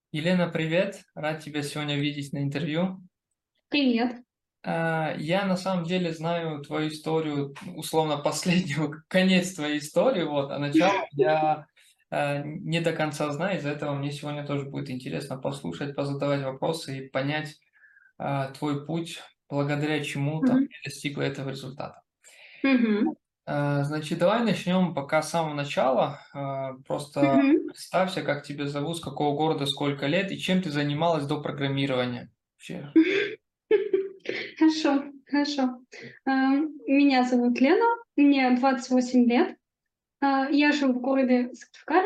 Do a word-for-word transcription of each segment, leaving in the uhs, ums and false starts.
Елена, привет! Рад тебя сегодня видеть на интервью. Привет. А, Я на самом деле знаю твою историю, условно, последнюю, конец твоей истории, вот, а начало я э, не до конца знаю, из-за этого мне сегодня тоже будет интересно послушать, позадавать вопросы и понять а, твой путь, благодаря чему там Мгм. ты достигла этого результата. Мгм. А, Значит, давай начнем пока с самого начала. А, Просто Мгм. представься, как тебя зовут, с какого города, сколько лет и чем ты занималась до программирования вообще. Хорошо, хорошо. А, Меня зовут Лена, мне двадцать восемь лет. А, Я живу в городе Сыктывкаре.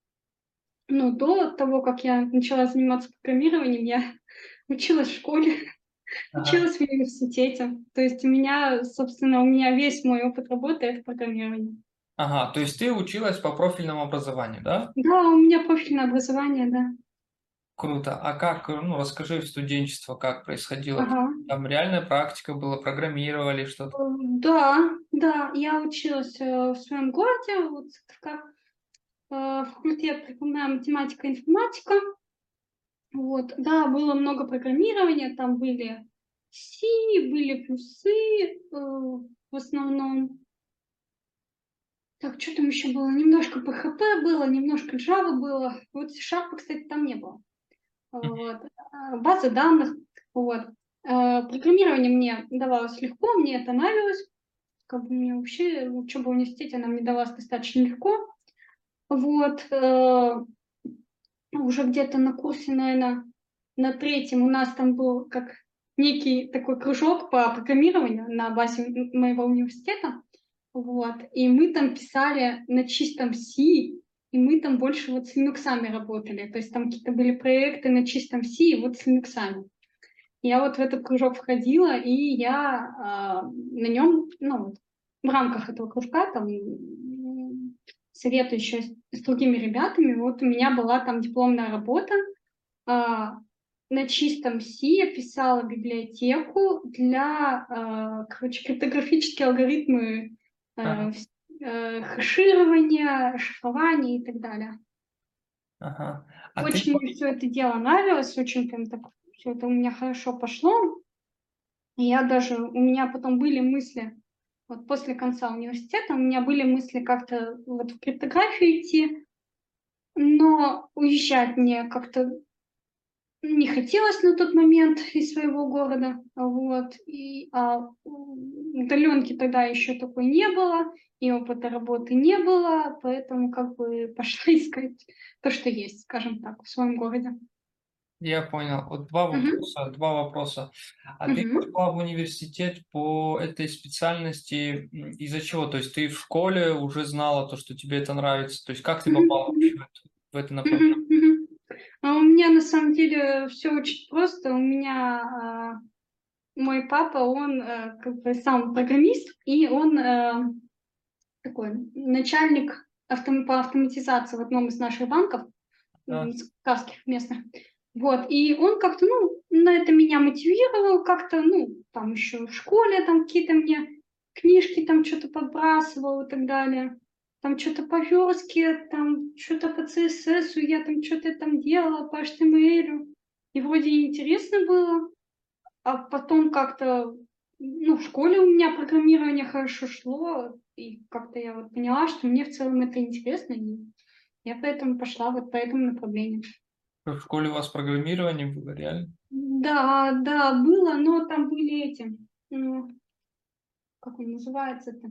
Но до того, как я начала заниматься программированием, я училась в школе, Ага. училась в университете. То есть у меня, собственно, у меня весь мой опыт работы — это программирование. Ага, то есть ты училась по профильному образованию, да? Да, у меня профильное образование, да. Круто. А как, э, ну, расскажи в студенчество, как происходило? Ага. Там реальная практика была, программировали что-то? Э, Да, да, я училась э, в своем городе, вот Сыктывкар. э, Факультет прикладная математика, информатика. Вот. Да, было много программирования, там были C, были плюсы э, в основном. Так, что там еще было? Немножко P H P было, немножко Java было. Вот C-Sharp, кстати, там не было. Мгм. Вот. А, Базы данных. Вот. Э, Программирование мне давалось легко, мне это нравилось. Как бы мне вообще учеба в университете, она мне давалась достаточно легко. Вот. э, Уже где-то на курсе, наверное, на третьем у нас там был как некий такой кружок по программированию на базе м- моего университета. Вот. И мы там писали на чистом C, и мы там больше вот с Linux работали. То есть там какие-то были проекты на чистом C, и вот с Linux. Я вот в этот кружок входила, и я а, на нем, ну, вот, в рамках этого кружка, там, м, советую еще с, с другими ребятами, вот у меня была там дипломная работа, а, на чистом C я писала библиотеку для, а, короче, криптографические алгоритмы Ага, э, вс- э, хэширования, шифрования и так далее. ага. А ты, Очень мне все это дело нравилось, очень прям так все это у меня хорошо пошло. И Я даже, у меня потом были мысли, вот после конца университета у меня были мысли как-то вот в криптографию идти, но уезжать мне как-то не хотелось на тот момент из своего города, вот, и а, удаленки тогда еще такой не было, и опыта работы не было, поэтому как бы пошла искать то, что есть, скажем так, в своем городе. я понял, вот два Мгм. вопроса, два вопроса. А ты Мгм. пошла в университет по этой специальности м, из-за чего? То есть ты в школе уже знала то, что тебе это нравится? То есть как ты Мгм. попала вообще в Мгм. это, в это направление? Мгм. Мгм. А у меня на самом деле все очень просто. У меня а, мой папа, он э, как бы сам программист, и он э, такой начальник автом- по автоматизации в одном из наших банков, м, А, сказских местных. Вот, и он как-то, ну, на это меня мотивировал, как-то, ну, там еще в школе там какие-то мне книжки там что-то подбрасывал и так далее. Там что-то по верстке, там что-то по C S S, я там что-то там делала, по H T M L. И вроде интересно было, а потом как-то, ну, в школе у меня программирование хорошо шло, и как-то я вот поняла, что мне в целом это интересно, и я поэтому пошла вот по этому направлению. в школе у вас программирование было реально? Да, да, было, но там были эти, ну, как он называется-то?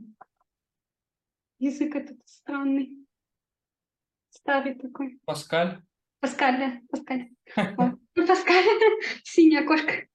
Язык этот странный, старый такой. Паскаль? Паскаль, да, Паскаль. Вот. Ну, Паскаль, синяя кошка.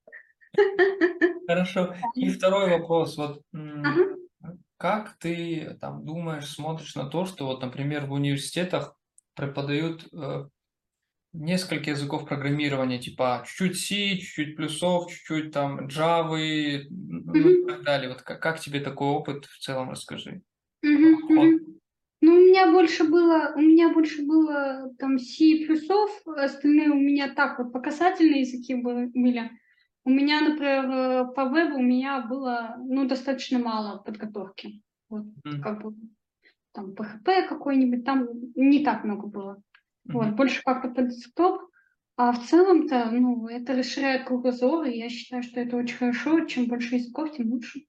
Хорошо. И второй вопрос. Вот м, Ага. как ты там думаешь, смотришь на то, что вот, например, в университетах преподают э, несколько языков программирования, типа чуть-чуть C, чуть-чуть плюсов, чуть-чуть там Java, ну и Мгм. так далее. Вот как, как тебе такой опыт в целом расскажи? Твой Мгм. подход. Мгм. Ну, у меня больше было, у меня больше было там C плюсов, остальные у меня так вот по касательные языки были. были. У меня, например, э, по вебу у меня было, ну, достаточно мало подготовки. Вот, М, как бы там P H P какой-нибудь, там не так много было. Вот, мгм. больше как-то по десктоп. А в целом-то, ну, это расширяет кругозор, и я считаю, что это очень хорошо. Чем больше языков, тем лучше.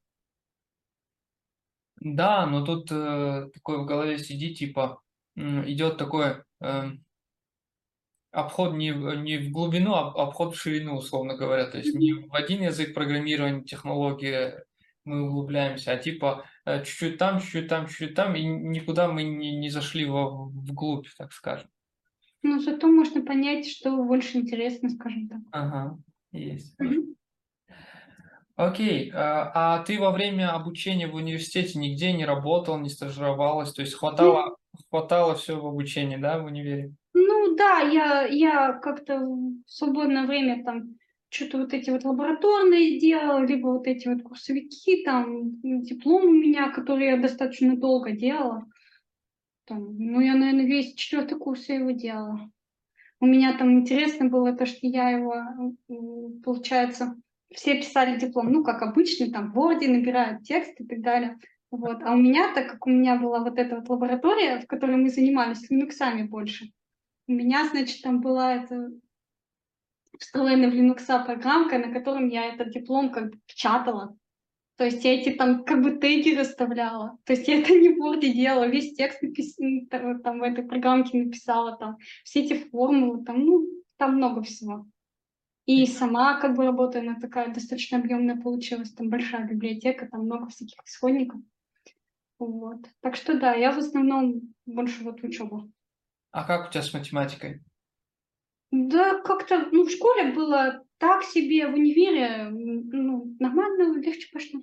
Да, но тут э, такое в голове сидит, типа, м, идет такой эм, обход не в, не в глубину, а обход в ширину, условно говоря. То есть не Мгм. в один язык программирования, технологии мы углубляемся, а типа э, чуть-чуть там, чуть-чуть там, чуть-чуть там, и никуда мы не, не зашли во, вглубь, так скажем. Но зато можно понять, что больше интересно, скажем так. Ага, есть. Мгм. Окей, а а ты во время обучения в университете нигде не работал, не стажировалась, то есть Нет. хватало, хватало все в обучении, да, в универе? Ну да, я, я как-то в свободное время там что-то вот эти вот лабораторные делала, либо вот эти вот курсовики, там м, диплом у меня, который я достаточно долго делала. Там, ну, я, наверное, весь четвертый курс я его делала. У меня там интересно было то, что я его, м, получается, все писали диплом, ну, как обычно, там, в Word набирают текст и так далее. Вот. А у меня, так как у меня была вот эта вот лаборатория, в которой мы занимались линуксами больше, у меня, значит, там была эта встроенная в Linux программка, на котором я этот диплом как бы печатала. То есть я эти там как бы теги расставляла. То есть я это не в Word делала, весь текст напис... там, там в этой программке написала, там все эти формулы, там, ну, там много всего. И сама как бы работа, она такая достаточно объемная получилась, там большая библиотека, там много всяких исходников. Вот. Так что да, я в основном больше вот учеба. А как у тебя с математикой? Да, как-то, ну, в школе было так себе, в универе, м, ну, нормально, легче пошло.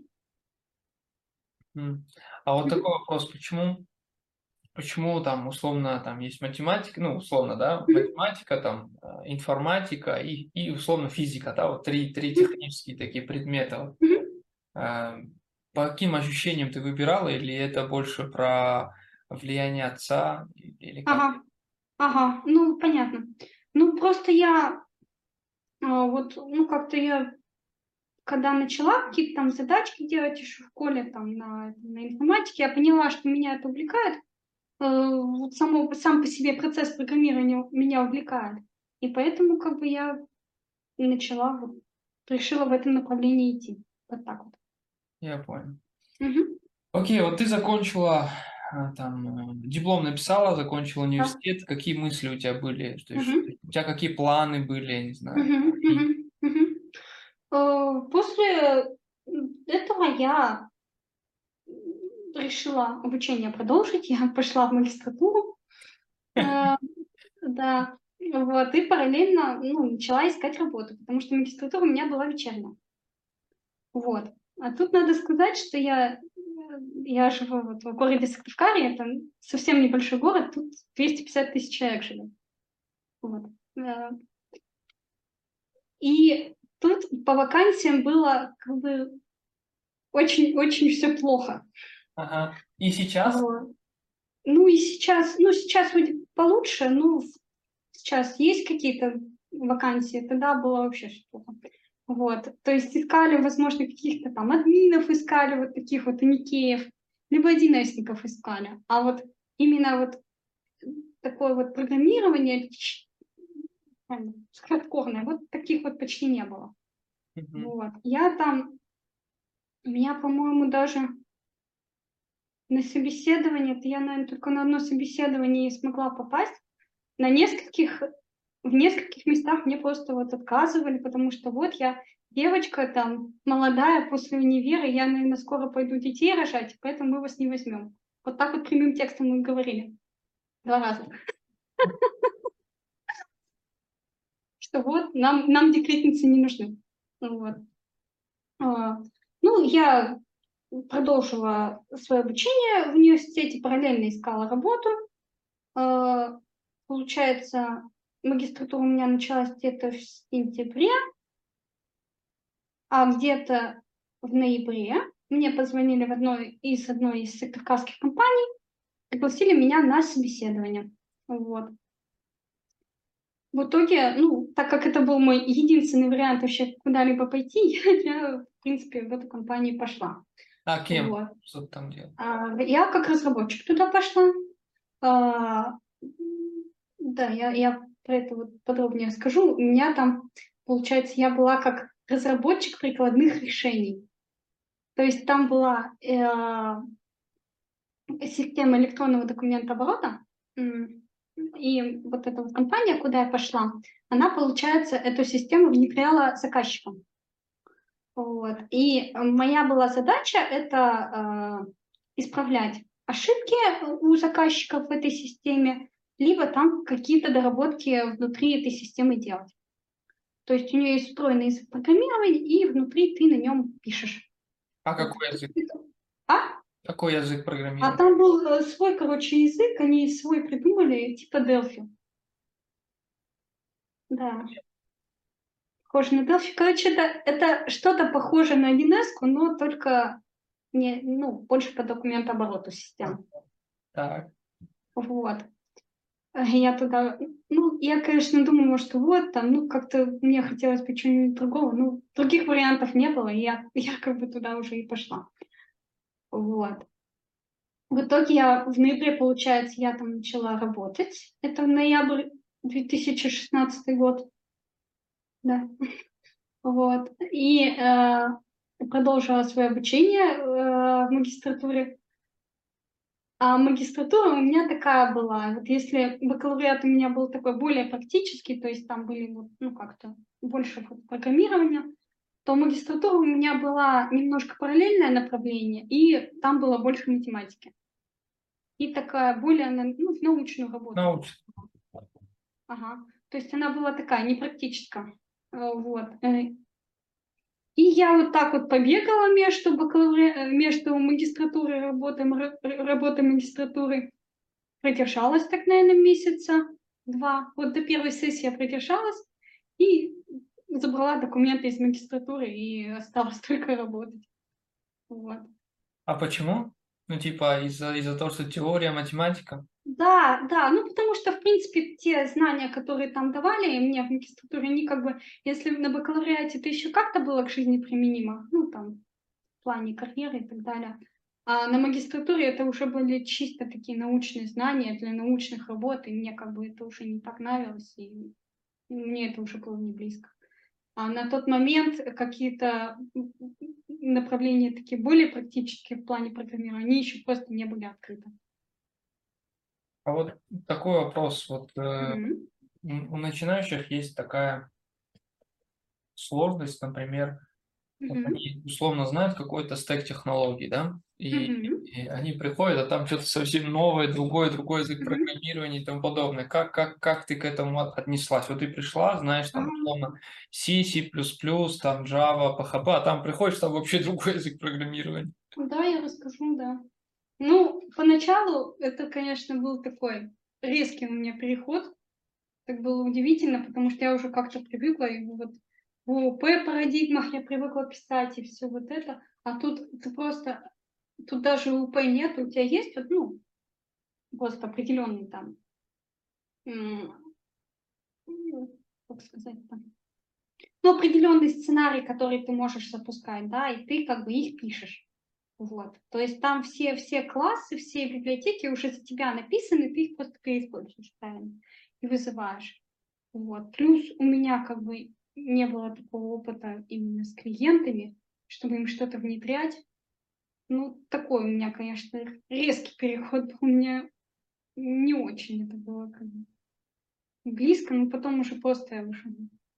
М. А вот Мгм. такой вопрос, почему, почему там условно там есть математика, ну условно, да, Мгм. математика, там э, информатика и, и условно физика, да, вот три, три Мгм. технические такие предмета. Вот. Мгм. Э, По каким ощущениям ты выбирала, или это больше про влияние отца, и- или как? Ага, ага, ну, понятно. Ну, просто я, а, вот, ну, как-то я, когда начала какие-то там задачки делать еще в школе, там, на, на информатике, я поняла, что меня это увлекает. Э, вот само, сам по себе процесс программирования меня увлекает. И поэтому, как бы, я начала, вот, решила в этом направлении идти. Вот так вот. Я понял. Мгм. Окей, вот ты закончила, а, там, э, диплом написала, закончила Да. университет. Какие мысли у тебя были? То есть, Мгм. у тебя какие планы были, я не знаю. Мгм. И- Мгм. Мгм. Э, После этого я решила обучение продолжить. Я пошла в магистратуру, э, да, вот, и параллельно, ну, начала искать работу, потому что магистратура у меня была вечерняя. Вот. А тут надо сказать, что я, э, я живу вот в городе Сыктывкаре, это совсем небольшой город, тут двести пятьдесят тысяч человек живет. Вот. Э, И тут по вакансиям было как бы очень-очень все плохо. Ага. И сейчас? Вот. Ну и сейчас, ну сейчас вроде получше, ну сейчас есть какие-то вакансии, тогда было вообще что плохо. Вот, то есть искали, возможно, каких-то там админов искали, вот таких вот аникеев, либо одиннадцатников искали. А вот именно вот такое вот программирование ч- эм, хардкорное, вот таких вот почти не было. Мгм. Вот. Я там, у меня, по-моему, даже на собеседование, это я, наверное, только на одно собеседование и смогла попасть. На нескольких, в нескольких местах мне просто вот отказывали, потому что вот я девочка там молодая после универа, я, наверное, скоро пойду детей рожать, поэтому мы вас не возьмем. Вот так вот прямым текстом мы говорили два раза, что вот нам, нам декретницы не нужны. Вот. А, ну, я продолжила свое обучение в университете, параллельно искала работу. А, получается, магистратура у меня началась где-то в сентябре, а где-то в ноябре мне позвонили в одной из одной из сыктывкарских компаний, пригласили меня на собеседование. Вот. В итоге, ну, так как это был мой единственный вариант вообще куда-либо пойти, я, в принципе, в эту компанию пошла. А кем? Вот. Что ты там делал? А, я как разработчик туда пошла. А, Да, я, я про это вот подробнее скажу. У меня там, получается, я была как разработчик прикладных решений. То есть там была э, система электронного документооборота, м, и вот эта вот компания, куда я пошла, она, получается, эту систему внедряла заказчикам. Вот. И э, моя была задача это э, исправлять ошибки у заказчиков в этой системе, либо там какие-то доработки внутри этой системы делать. То есть у нее есть встроенный язык программирования, и внутри ты на нем пишешь. А Вот. какой язык? А? Какой язык А программирования? там был э, свой, короче, язык, они свой придумали, типа Delphi. Да, похоже на Delphi. Короче, это, это что-то похоже на Linesco, но только не, ну, больше по документообороту А, система. так. Вот. А я туда, ну, я, конечно, думала, что вот там, ну, как-то мне хотелось бы чего-нибудь другого, ну, других вариантов не было, и я, я как бы туда уже и пошла. Вот. В итоге я в ноябре, получается, я там начала работать. Это ноябрь две тысячи шестнадцатый год. Да. Вот. И э, продолжила свое обучение э, в магистратуре. А магистратура у меня такая была. Вот если бакалавриат у меня был такой более практический, то есть там были вот, ну как-то больше вот программирования, то магистратура у меня была немножко параллельное направление, и там было больше математики. И такая более на- ну, в научную работу. Научно. Ага. То есть она была такая непрактическая. Э, Вот. Э, И я вот так вот побегала между, бакалаври... э, между магистратурой и работой, р- работой магистратуры. Продержалась так, наверное, месяца два. Вот до первой сессии я продержалась и забрала документы из магистратуры и осталось только работать. Вот. А почему? Ну, типа, из-за из-за того, что теория, математика. Да, да, ну потому что, в принципе, те знания, которые там давали мне в магистратуре, они как бы, если на бакалавриате это еще как-то было к жизни применимо, ну там, в плане карьеры и так далее, а на магистратуре это уже были чисто такие научные знания для научных работ, и мне как бы это уже не так нравилось, и мне это уже было не близко. А на тот момент какие-то направления такие более практические в плане программирования, они еще просто не были открыты. А вот такой вопрос. Вот э, Мгм. м, у начинающих есть такая сложность, например, вот Мгм. они условно знают какой-то стек технологий, да, и, Мгм. и они приходят, а там что-то совсем новое, другой, другой язык Мгм. программирования и тому подобное. Как, как, как ты к этому от- отнеслась? Вот ты пришла, знаешь, там, Ага. условно, C, C++, там, Java, P H P, а там приходишь, там вообще другой язык программирования. Да, я расскажу, да. Ну, поначалу это, конечно, был такой резкий у меня переход. Так было удивительно, потому что я уже как-то привыкла, и вот в ООП парадигмах я привыкла писать, и все вот это. А тут ты просто, тут даже ООП нет, у тебя есть вот, ну, просто определенный там, м, ну, как сказать там, ну, определенный сценарий, который ты можешь запускать, да, и ты как бы их пишешь. Вот. То есть там все, все классы, все библиотеки уже за тебя написаны, ты их просто переиспользуешь правильно и вызываешь. Вот. Плюс у меня как бы не было такого опыта именно с клиентами, чтобы им что-то внедрять. Ну, такой у меня, конечно, резкий переход был. У меня не очень это было как бы близко, но потом уже просто я уже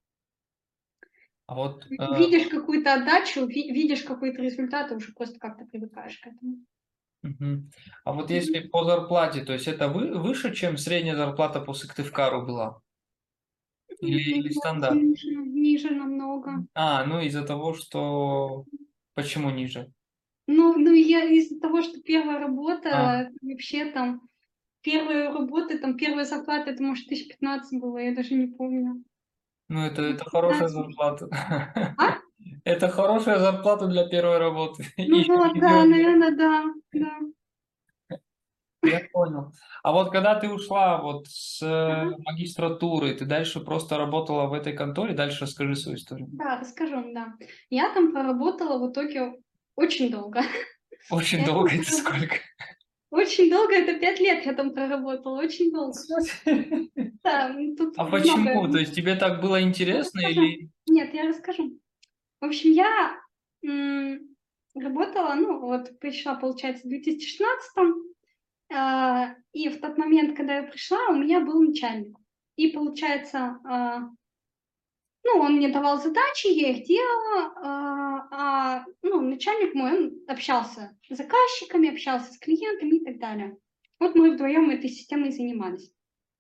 А вот э, видишь какую-то отдачу, ви- видишь какой-то результат, и уже просто как-то привыкаешь к этому. мгм. А вот если Мгм. по зарплате, то есть это вы, выше, чем средняя зарплата по Сыктывкару была? Или, или Нет, стандарт? ниже, ниже намного. А, ну из-за того, что... Почему ниже? Ну, ну я из-за того, что первая А, работа, вообще там, первые работы, там, первая зарплата, это, может, тысяч пятнадцать было, я даже не помню. ну это, Ну, это хорошая пятнадцать. зарплата. А? Это хорошая зарплата для первой работы. Ну И вот, да, определенно. наверное, да, да. Я понял. А вот когда ты ушла вот с э, Ага. магистратуры, ты дальше просто работала в этой конторе, дальше расскажи свою историю. Да, расскажу, да. Я там проработала в итоге очень долго. Очень Я долго, там это прораб- сколько? Очень долго, это пять лет я там проработала, очень долго. Да, м, тут А многое. почему? То есть тебе так было Я интересно расскажу. или... Нет, я расскажу. В общем, я м, работала, ну, вот пришла, получается, в две тысячи шестнадцатом, а, и в тот момент, когда я пришла, у меня был начальник. И получается, а, ну, он мне давал задачи, я их делала, а, а, ну, начальник мой, он общался с заказчиками, общался с клиентами и так далее. Вот мы вдвоем этой системой занимались.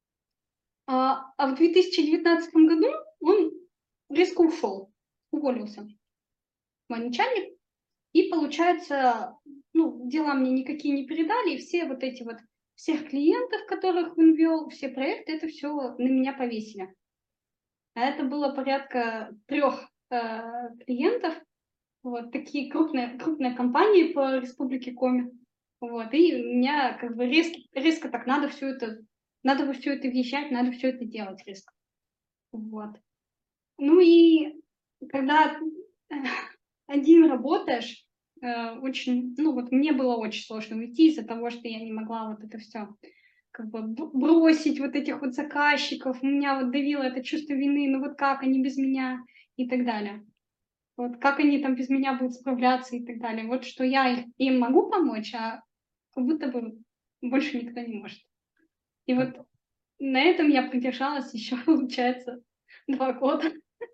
А, а в две тысячи девятнадцатом году он резко ушел, уволился, мой начальник. И получается, ну, дела мне никакие не передали, и все вот эти вот, всех клиентов, которых он вел, все проекты, это все на меня повесили. А это было порядка трех э, клиентов, вот такие крупные, крупные компании по республике Коми. Вот, и у меня как бы резко, резко так надо все это, надо во все это въезжать, надо все это делать резко. Вот. Ну и когда э, один работаешь, э, очень, ну вот мне было очень сложно уйти из-за того, что я не могла вот это все как бы б- бросить вот этих вот заказчиков, меня вот давило это чувство вины, ну вот как они без меня и так далее. Вот как они там без меня будут справляться и так далее. Вот что я их, им могу помочь, а как будто бы больше никто не может. И вот на этом я продержалась еще, получается, два года.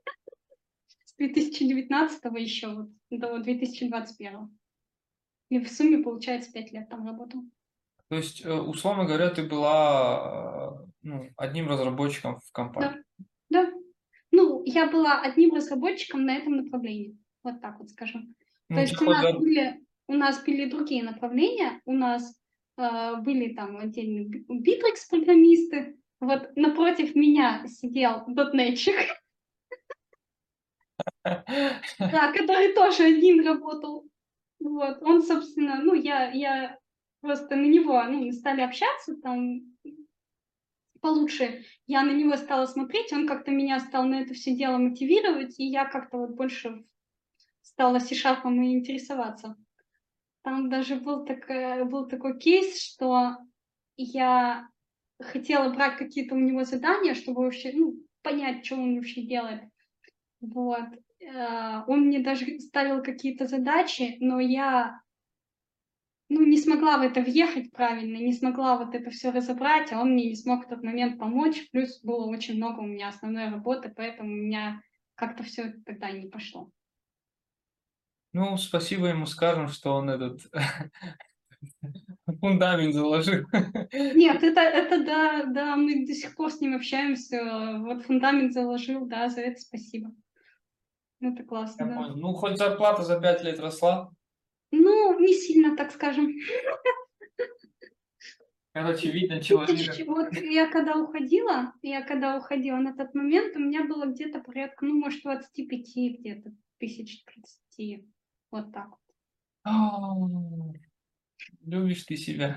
С две тысячи девятнадцатого еще вот до две тысячи двадцать первого. И в сумме, получается, пять лет там работал. То есть, э, условно говоря, ты была э, ну, одним разработчиком в компании. Да, да. Ну, я была одним разработчиком на этом направлении. Вот так вот скажем. То Ну, у тебя есть у хоть нас зар- были, у нас были другие направления. У нас э, были там отдельные Bittrex-программисты. Вот напротив меня сидел дотнетчик, да, который тоже один работал. Вот, он, собственно, ну, я, я просто на него, ну, мы стали общаться там получше. Я на него стала смотреть, он как-то меня стал на это все дело мотивировать, и я как-то вот больше стала C-Sharp и интересоваться. Там даже был, такой, был такой кейс, что я хотела брать какие-то у него задания, чтобы вообще, ну, понять, что он вообще делает. Вот. Э, Он мне даже ставил какие-то задачи, но я ну, не смогла в это въехать правильно, не смогла вот это все разобрать, а он мне не смог в тот момент помочь. Плюс было очень много у меня основной работы, поэтому у меня как-то все это тогда не пошло. Ну, спасибо ему скажем, что он этот фундамент заложил. Нет, это, это да, да, мы до сих пор с ним общаемся. Вот фундамент заложил, да, за это спасибо. Это классно, Я да. понял. Ну, хоть зарплата за пять лет росла. Ну, не сильно, так скажем. Короче, видно Тысяч, человека. вот я когда уходила, я когда уходила на тот момент, у меня было где-то порядка, ну, может, двадцать пять где-то, тысяч тридцать. Вот так. А, любишь ты себя.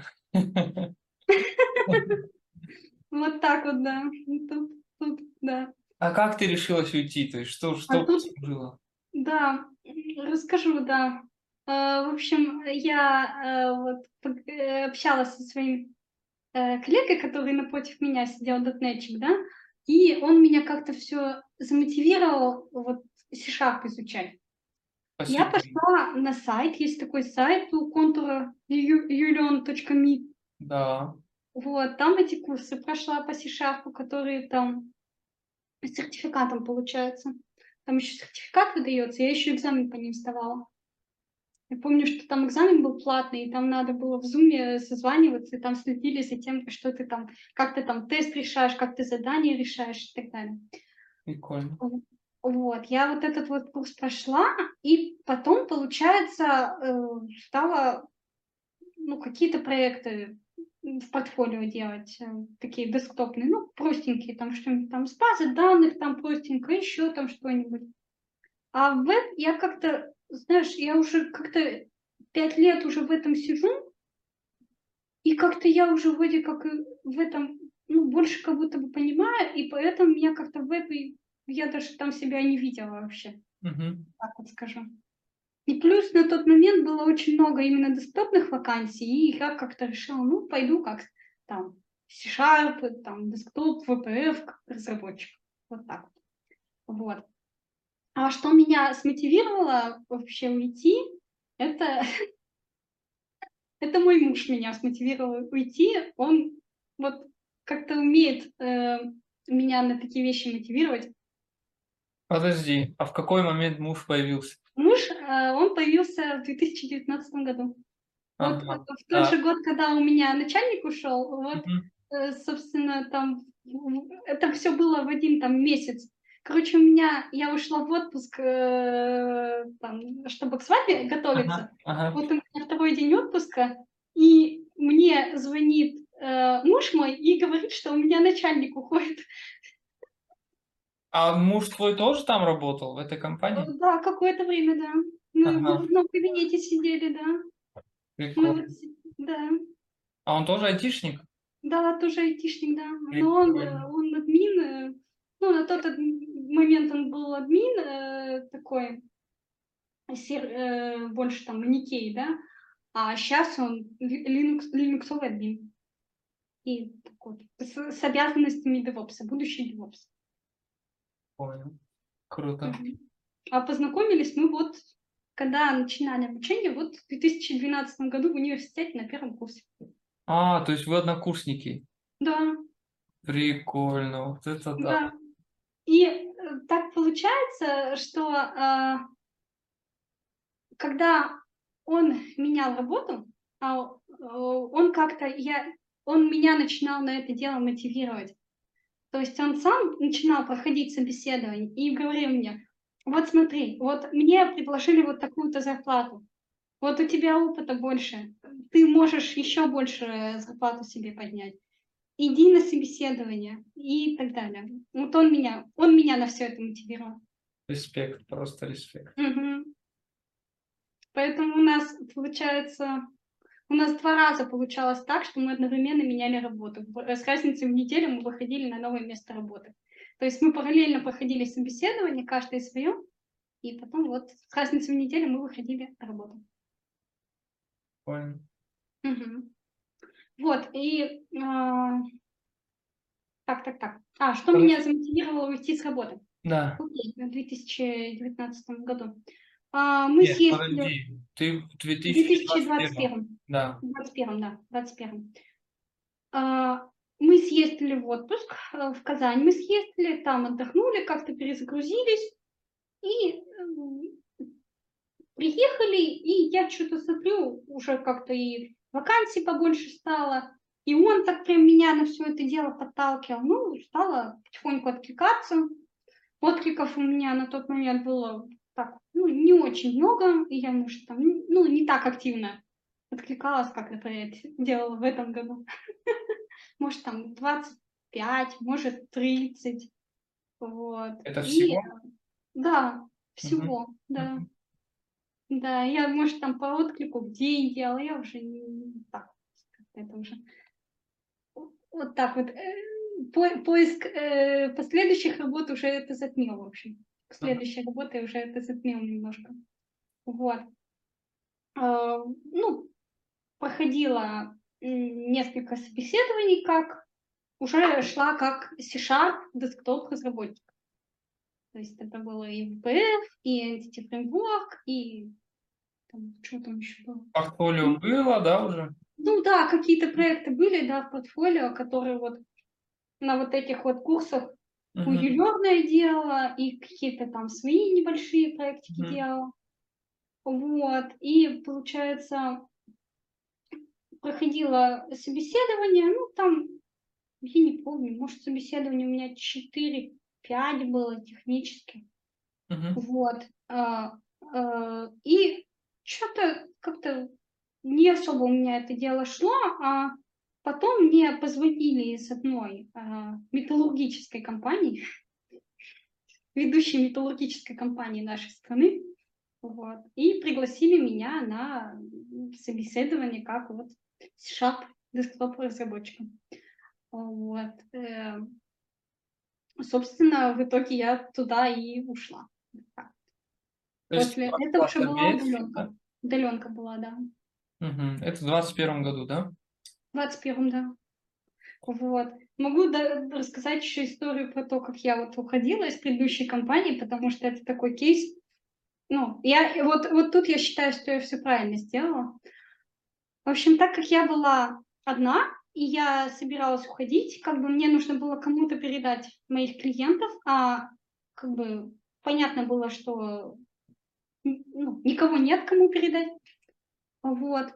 Вот так вот, да. Ну, Тут, тут, да. А как ты решилась уйти? То есть что, А что тут, послужило? да, расскажу, да. Э, В общем, я э, вот пог- э, общалась со своим э, коллегой, который напротив меня сидел, дотнетчик, да, и он меня как-то все замотивировал вот C-Sharp изучать. Я Спасибо. пошла на сайт, есть такой сайт у контура юлион точка ми. Да. Вот, там эти курсы прошла по C-Sharp, которые там с сертификатом получается. Там еще сертификат выдается, я еще экзамен по ним сдавала. Я помню, что там экзамен был платный, и там надо было в зуме созваниваться, и там следили за тем, что ты там, как ты там тест решаешь, как ты задание решаешь и так далее. Прикольно. Вот, я вот этот вот курс прошла, и потом, получается, э, стала ну, какие-то проекты в портфолио делать, э, такие десктопные, ну, простенькие, там что-нибудь там с базы данных, там простенько, еще там что-нибудь. А в веб я как-то, знаешь, я уже как-то пять лет уже в этом сижу, и как-то я уже вроде как и в этом, ну, больше как будто бы понимаю, и поэтому меня как-то в веб, и я даже там себя не видела вообще, Мгм. так вот скажу. И плюс на тот момент было очень много именно десктопных вакансий, и я как-то решила, ну, пойду как там C-Sharp, там, десктоп, ви пи эф, как разработчик. Вот так вот. Вот. А что меня смотивировало вообще уйти, это, это мой муж меня смотивировал уйти. Он вот как-то умеет э, меня на такие вещи мотивировать. Подожди, а в какой момент муж появился? Муж, э, он появился в две тысячи девятнадцатом году. Вот э, Ага, в тот так. же год, когда у меня начальник ушел, вот, Мгм. э, собственно, там м, это все было в один там месяц. Короче, у меня я ушла в отпуск, э, там, чтобы к свадьбе Ага, готовиться. ага. Вот у меня второй день отпуска, и мне звонит э, муж мой и говорит, что у меня начальник уходит. А муж твой тоже там работал, в этой Э, компании? Да, какое-то время, да. Мы в Ага, одном кабинете сидели, да. Мы вот, прикольно. си- да. А он тоже айтишник? Да, тоже айтишник, да. Но он, э, Прикольно. он админ, э, ну, на тот ад- момент он был админ э, такой, сер- э, больше там маникей, да, а сейчас он ли- Linux, линуксовый админ. И так вот, с, с обязанностями девопса, будущий девопс. Понял. Круто. Мгм. А познакомились мы вот, когда начинали обучение, вот в две тысячи двенадцатом году в университете на первом курсе. А, то есть вы однокурсники. Да, Прикольно. Вот это да. да. И э, так получается, что а, когда он менял работу, а, э, он как-то я он меня начинал на это дело мотивировать. То есть он сам начинал проходить собеседование и говорил мне: "Вот смотри, вот мне предложили вот такую-то зарплату, вот у тебя опыта больше, ты можешь еще больше зарплату себе поднять. Иди на собеседование", и так далее. Вот он меня он меня на все это мотивировал. Респект, просто респект. Мгм. Поэтому у нас получается У нас два раза получалось так, что мы одновременно меняли работу. В э, с разницей в неделю мы выходили на новое место работы. То есть мы параллельно проходили собеседование, каждый своё, и потом вот с разницей в неделю мы выходили на работу. Понял. Мгм. Вот, и, а, так так так. А, что меня Подожди. замотивировало уйти с работы? Да. Окей, в две тысячи девятнадцатом году. А, мы Нет, съездили подожди. Ты в в две тысячи двадцать две тысячи двадцать первом. первом. Да. В двадцать первом, да, в двадцать первом. А, мы съездили в отпуск, э, в Казань мы съездили, там отдохнули, как-то перезагрузились и, м, приехали, и я что то смотрю, уже как-то и вакансий побольше стало, и он так прям меня на все это дело подталкивал. Ну, стало потихоньку откликаться. Откликов у меня на тот момент было так, ну, не очень много, и я, может, там, ну, не так активно откликалась, как, например, делала в этом году. Может, там двадцать пять, может, тридцать. Вот. Это И всего? да, Мгм. всего, да. Мгм. Да, я, может, там по отклику в день делала, я уже не так, это уже вот так вот. Э, по поиск, э, последующих работ уже это затмил, в общем. Мгм. Следующей работы уже это затмил немножко. Вот. А, ну, проходила, м, несколько собеседований, как уже шла как C-Sharp десктоп-разработчик. То есть это было и ви пи эф, и Entity Framework, и там, что там еще было. Портфолио М, было, да, уже? Ну да, какие-то проекты были, да, в портфолио, которые вот на вот этих вот курсах у Мгм. Юлёрная делала, и какие-то там свои небольшие проектики Мгм. делала. Вот. И, получается, проходила собеседование, ну, там, я не помню, может, собеседование у меня четыре пять было технически. Мгм. Вот. А, а, и что-то как-то не особо у меня это дело шло, а потом мне позвонили из одной а, металлургической компании, ведущей металлургической компании нашей страны, вот, и пригласили меня на собеседование как вот C-Sharp десктоп-разработчиком. Вот. Э, собственно, в итоге я туда и ушла. Так. То есть После это уже класса была без, удаленка. да? Удаленка была, да. Мгм. Это в двадцать первом году, да? В двадцать первом, да. Вот. Могу да, рассказать еще историю про то, как я вот уходила из предыдущей компании, потому что это такой кейс. Ну, я вот, вот тут я считаю, что я все правильно сделала. В общем, так как я была одна, и я собиралась уходить, как бы мне нужно было кому-то передать моих клиентов, а как бы понятно было, что н- ну, никого нет, кому передать. Вот.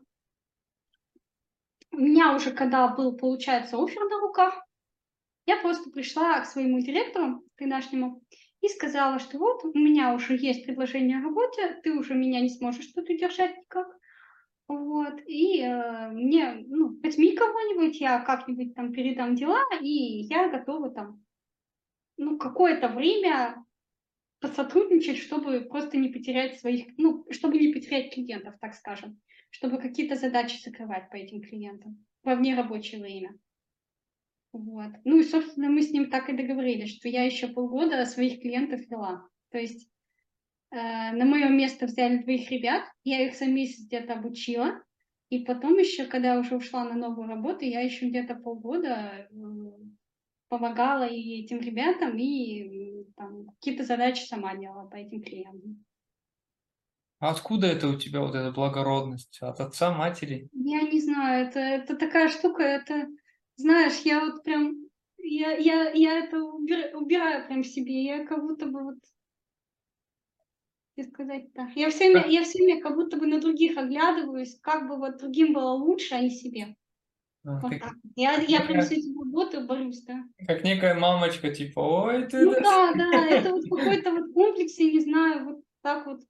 У меня уже когда был, получается, оффер на руках, я просто пришла к своему директору тогдашнему и сказала, что вот у меня уже есть предложение о работе, ты уже меня не сможешь тут удержать никак. Вот, и э, мне, ну, возьми кого-нибудь, я как-нибудь там передам дела, и я готова там, ну, какое-то время посотрудничать, чтобы просто не потерять своих, ну, чтобы не потерять клиентов, так скажем, чтобы какие-то задачи закрывать по этим клиентам во внерабочее время. Вот. Ну и, собственно, мы с ним так и договорились, что я еще полгода своих клиентов вела. То есть э, на мое место взяли двоих ребят, я их за месяц где-то обучила, и потом еще, когда я уже ушла на новую работу, я еще где-то полгода э, помогала и этим ребятам, и м, там, какие-то задачи сама делала по этим клиентам. А откуда это у тебя вот эта благородность? От отца, матери? Я не знаю, это, это такая штука, это, знаешь, я вот прям, я, я, я это убира- убираю прям в себе, я как будто бы вот, как сказать-то, я все время, Как, я все время как будто бы на других оглядываюсь, как бы вот другим было лучше, а не себе. а, Вот ты так. Я, как я прям с некая, этим работаю, борюсь, да. как некая мамочка, типа, ой, ты Ну да. да, да, это вот какой-то вот комплекс, я не знаю, вот так вот.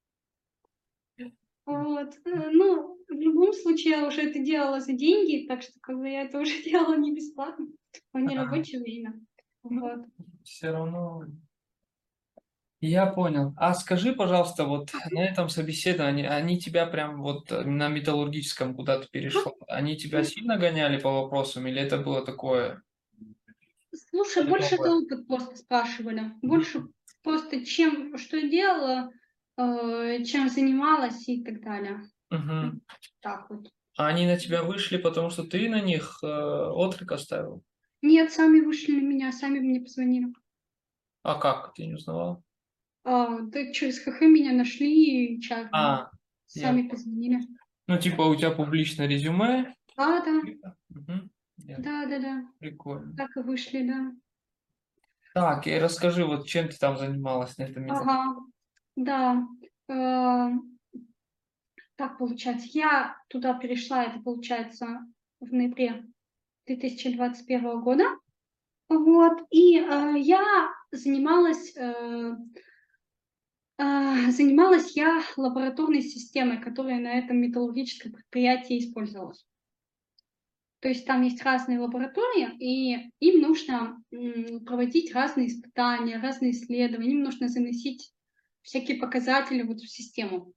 Вот. Э, Ну, в любом случае, я уже это делала за деньги, так что как бы я это уже делала не бесплатно, в А, нерабочее время. ну, Вот. все равно. Я понял. А скажи, пожалуйста, вот на этом собеседовании они тебя прям вот э, на металлургическом куда то Ага. перешла, они тебя сильно гоняли по вопросам или это было такое Слушай, больше за новое? опыт просто спрашивали. Больше просто чем, что делала, э, чем занималась и так далее. Мгм. Вот так вот. А они на тебя вышли, потому что ты на них э, отклик оставил? Нет, сами вышли на меня, сами мне позвонили. А как? Ты не узнавал? А, да через ХХ меня нашли, и чат, А, я сами позвонили. Ну, типа, у тебя публичное резюме. Да, да, Мгм. Я- да, да, да. Прикольно. Так и вышли, да. Так, и расскажи, вот чем ты там занималась на этом метапе? Ага, да. Э, так получается, я туда перешла, это получается в ноябре две тысячи двадцать первого года. Вот, и э, я занималась, э, э, занималась я лабораторной системой, которая на этом металлургическом предприятии использовалась. То есть там есть разные лаборатории, и им нужно м, проводить разные испытания, разные исследования, им нужно заносить всякие показатели вот в систему,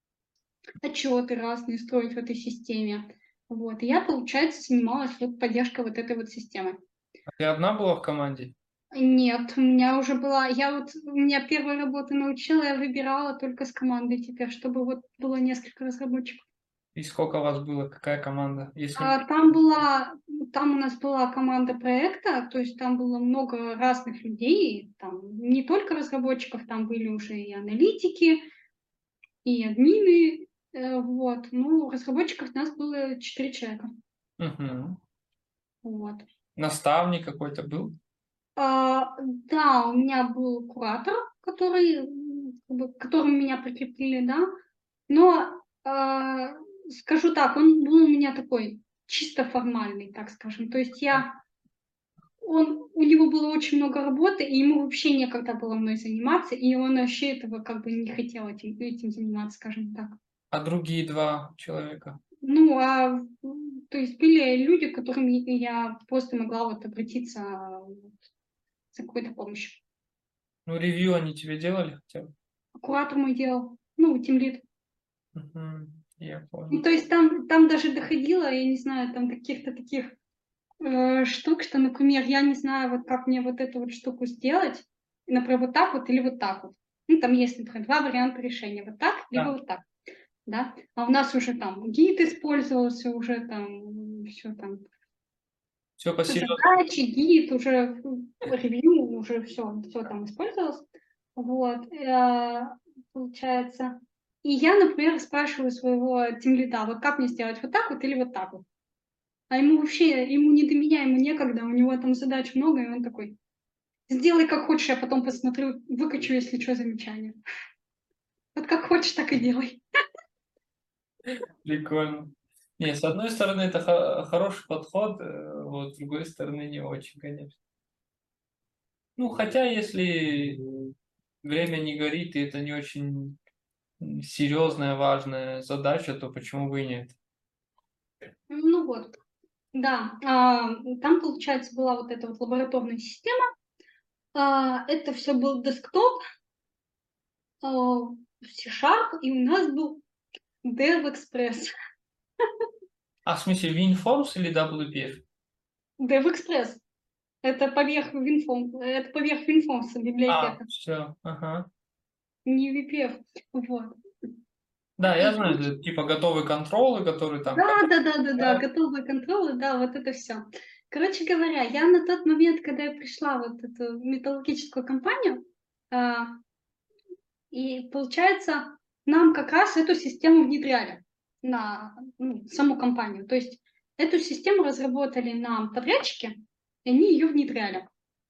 отчеты разные строить в этой системе. Вот. И я, получается, занималась вот поддержкой вот этой вот системы. А ты одна была в команде? Нет, у меня уже была, я вот, у меня первая работа научила, я выбирала только с командой теперь, чтобы вот было несколько разработчиков. И сколько вас было? Какая команда? Если... А, там была, там у нас была команда проекта, то есть там было много разных людей, там не только разработчиков, там были уже и аналитики, и админы, э, вот. Ну, разработчиков у нас было четыре человека, Мгм. вот. Наставник какой-то был? А, да, у меня был куратор, который, м, как бы, к которому меня прикрепили, да, но а, скажу так, он был у меня такой чисто формальный, так скажем. То есть я он, у него было очень много работы, и ему вообще некогда было мной заниматься, и он вообще этого как бы не хотел этим, этим заниматься, скажем так. А другие два человека? Ну, а, м, то есть были люди, к которым я просто могла вот обратиться вот за какой-то помощью. Ну, ревью они тебе делали хотя бы? Куратор мой делал, ну, тимлид. Мгм. Я Ну, понял. то есть там, там даже доходило, я не знаю, там каких-то таких э, штук, что, например, я не знаю, вот как мне вот эту вот штуку сделать, например, вот так вот или вот так вот. Ну, там есть, например, два варианта решения. Вот так, либо Да, вот так. Да? А у нас уже там гид использовался, уже там все там все посерьезнее. задачи, гид, уже ревью, уже все, все там использовалось. Вот, э, получается. И я, например, спрашиваю своего тимлида, вот как мне сделать, вот так вот или вот так вот? А ему вообще, ему не до меня, ему некогда, у него там задач много, и он такой, сделай как хочешь, я потом посмотрю, выкачу, если что, замечание. Вот как хочешь, так и делай. Прикольно. Не, с одной стороны, это хо- хороший подход, э, вот, с другой стороны, не очень, конечно. Ну, хотя, если время не горит, и это не очень м, серьезная, важная задача, то почему бы и нет? Ну вот, да, а, там, получается, была вот эта вот лабораторная система. А, это все был десктоп, а, в C-Sharp, и у нас был DevExpress. А, в смысле, WinForms или дабл ю пи эф? DevExpress. Это поверх WinForms, это поверх WinForms А, библиотека, все, ага. не ви пи эф. Вот. Да, И я знаю, это типа готовые контролы, которые там... да, да, да, да, да, готовые контролы, да, вот это все. Короче говоря, я на тот момент, когда я пришла в вот эту металлургическую компанию, а, и получается, нам как раз эту систему внедряли на ну, саму компанию. То есть эту систему разработали нам подрядчики, и они ее внедряли.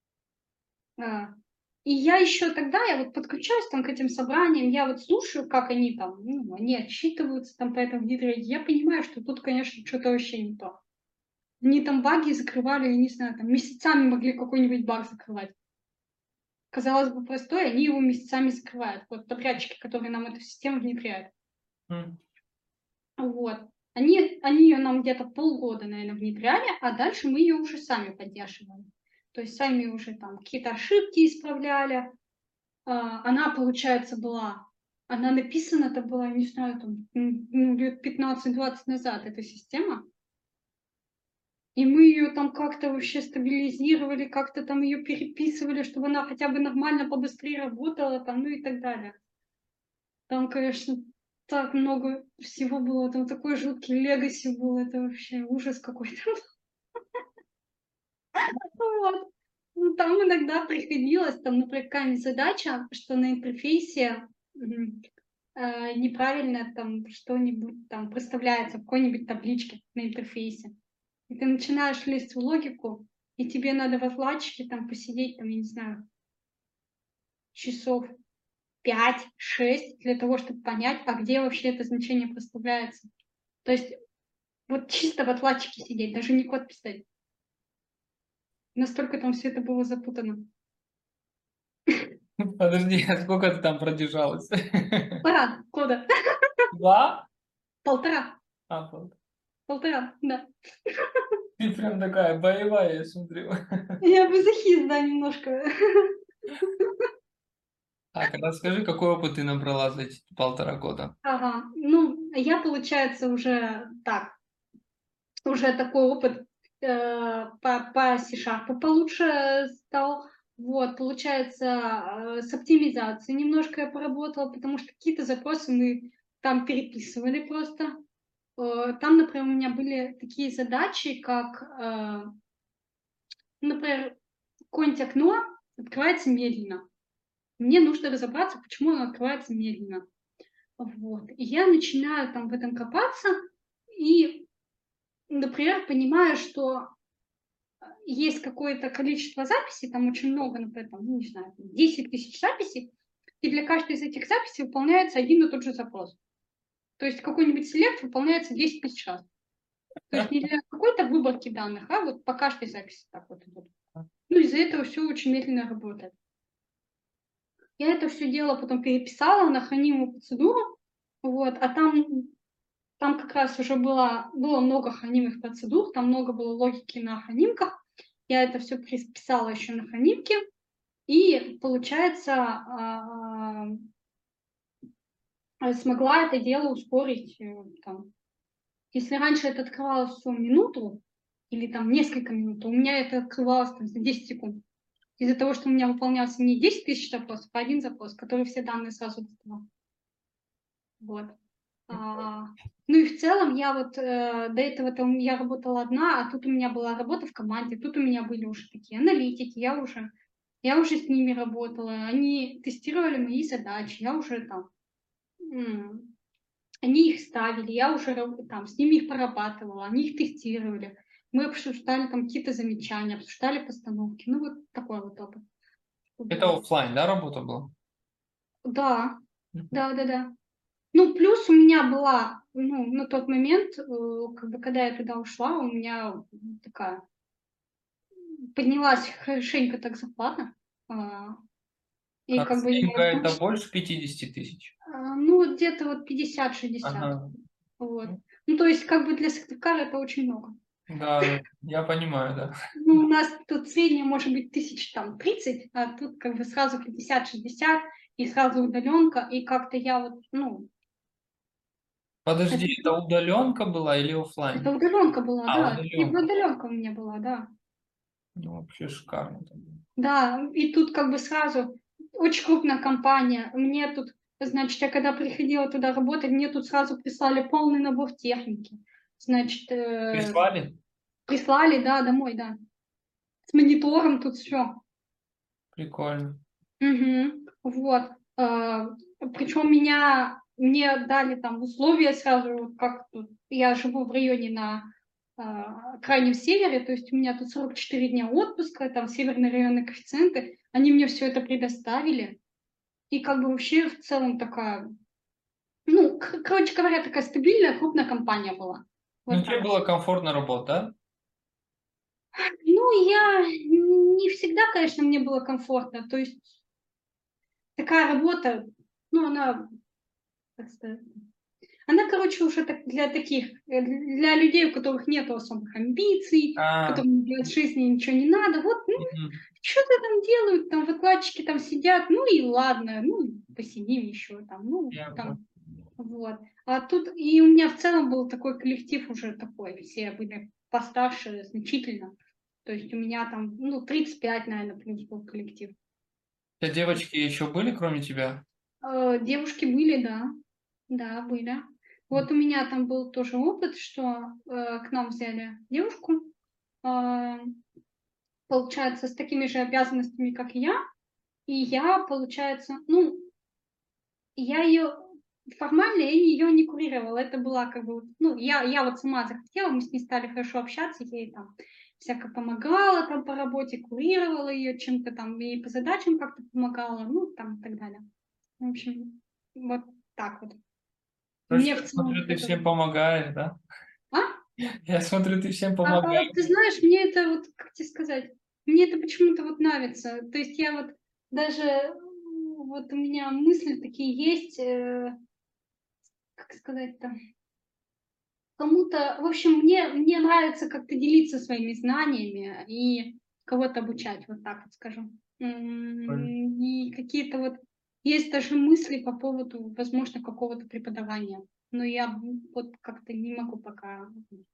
А, И я еще тогда, я вот подключаюсь там к этим собраниям, я вот слушаю, как они там, ну, они отчитываются там по этому внедрению. Я понимаю, что тут, конечно, что-то вообще не то. Они там баги закрывали, я не знаю, там месяцами могли какой-нибудь баг закрывать. Казалось бы, простой, они его месяцами закрывают. Вот подрядчики, которые нам эту систему внедряют. М. Вот. Они, они ее нам где-то полгода, наверное, внедряли, а дальше мы ее уже сами поддерживали. То есть сами уже там какие-то ошибки исправляли. А, она, получается, была, она написана-то была, не знаю, там, ну, лет пятнадцать-двадцать назад, эта система. И мы ее там как-то вообще стабилизировали, как-то там ее переписывали, чтобы она хотя бы нормально побыстрее работала, там, ну и так далее. Там, конечно, так много всего было, там такой жуткий легаси был, это вообще ужас какой-то. Вот. Ну, там иногда приходилось, там, например, какая-нибудь задача, что на интерфейсе м, э, неправильно там что-нибудь там проставляется в какой-нибудь табличке на интерфейсе. И ты начинаешь лезть в логику, и тебе надо в отладчике там посидеть, там, я не знаю, часов пять-шесть для того, чтобы понять, а где вообще это значение проставляется. То есть вот чисто в отладчике сидеть, даже не код писать. Настолько там все это было запутано. Подожди, а сколько ты там продержалась? Полтора года. Два? Полтора. А, вот. Полтора, да. Ты прям такая боевая, я смотрю. Я мазохист, да, немножко. Так, расскажи, какой опыт ты набрала за эти полтора года? Ага. Ну, я, получается, уже так, уже такой опыт э, по, по C-Sharp получше стал. Вот, получается, э, с оптимизацией немножко я поработала, потому что какие-то запросы мы там переписывали просто. Э, Там, например, у меня были такие задачи, как, э, например, какое-нибудь окно открывается медленно. Мне нужно разобраться, почему оно открывается медленно. Вот. И я начинаю там в этом копаться и, например, понимаю, что есть какое-то количество записей, там очень много, например, там, ну, не знаю, десять тысяч записей, и для каждой из этих записей выполняется один и тот же запрос. То есть какой-нибудь селект выполняется десять тысяч раз. То есть не для какой-то выборки данных, а вот по каждой записи так вот идут. Ну, из-за этого все очень медленно работает. Я это все дело потом переписала на хранимую процедуру, вот, а там, там как раз уже было, было много хранимых процедур, там много было логики на хранимках. Я это все переписала еще на хранимке, и, получается, а, а, смогла это дело ускорить. э, Там. Если раньше это открывалось всё минуту или там несколько минут, то у меня это открывалось там, за десять секунд. из-за того, что у меня выполнялся не десять тысяч запросов, а один запрос, который все данные сразу доставал. Вот. А, ну и в целом я вот э, до этого там я работала одна, а тут у меня была работа в команде, тут у меня были уже такие аналитики, я уже, я уже с ними работала, они тестировали мои задачи, я уже там, м, они их ставили, я уже раб- там с ними их прорабатывала, они их тестировали, мы обсуждали там какие-то замечания, обсуждали постановки, ну вот такой вот опыт Это был. оффлайн, да, работа была? Да, Мгм. да, да, да. Ну, плюс у меня была, ну, на тот момент, э, как бы, когда я туда ушла, у меня такая поднялась хорошенько так зарплата. А, и как бы Хорошенько я, это больше пятидесяти тысяч. а, ну, вот где-то вот пятьдесят-шестьдесят. Ага. Вот. Ну, то есть, как бы для Сыктывкара это очень много. Да, да, я понимаю, да. Ну, у нас тут среднее может быть тысяч там тридцать, а тут как бы сразу пятьдесят-шестьдесят, и сразу удаленка, и как-то я вот, ну, Подожди, это, это удаленка была или это оффлайн? удаленка была, А, да, и удаленка. удаленка у меня была, да. Ну, вообще шикарно тогда. Да, и тут как бы сразу очень крупная компания. Мне тут, значит, я когда приходила туда работать, мне тут сразу прислали полный набор техники. Значит, э, Прислали? прислали, да, домой, да. С монитором тут все. Прикольно. Угу. Вот. Причем меня, мне дали там условия сразу, вот как тут. Я живу в районе на а, крайнем севере, то есть у меня тут сорок четыре дня отпуска, там северные районные коэффициенты, они мне все это предоставили. И как бы вообще в целом такая, ну, к- короче говоря, такая стабильная, крупная компания была. Ну, Вот тебе так. было комфортно работать, да? Ну, я не всегда, конечно, мне было комфортно. То есть такая работа, ну, она, как сказать, она, короче, уже так для таких, э, для людей, у которых нет особых амбиций, А, которым для жизни ничего не надо. Вот, ну, мгм. что-то там делают, там выкладчики там сидят, ну и ладно, ну, посидим еще там, ну, Я понял. там, вот. А тут, и у меня в целом был такой коллектив уже такой, все были постарше значительно. То есть у меня там, ну, тридцать пять, наверное, плюс был коллектив. У тебя девочки еще были, кроме тебя? Э, девушки были, да. Да, были. Вот у меня там был тоже опыт, что э, к нам взяли девушку, э, получается, с такими же обязанностями, как и я. И я, получается, ну, я ее формально я ее не курировала. Это была как бы, вот, ну, я, я вот сама захотела, мы с ней стали хорошо общаться, я ей там всяко помогала там по работе, курировала ее чем-то там, и по задачам как-то помогала, ну, там и так далее. В общем, вот так вот. Короче, Мне я в целом смотрю, ты это вот... всем помогаешь, да? А? Я смотрю, ты всем А, а, помогаешь. ты знаешь, мне это вот, как тебе сказать, мне это почему-то вот нравится. То есть я вот даже, м, вот у меня мысли такие есть, э, как сказать-то, кому-то, в общем, мне, мне нравится как-то делиться своими знаниями и кого-то обучать, вот так вот скажу. Прикольно. М, И какие-то вот, есть даже мысли по поводу, возможно, какого-то преподавания. Но я вот как-то не могу пока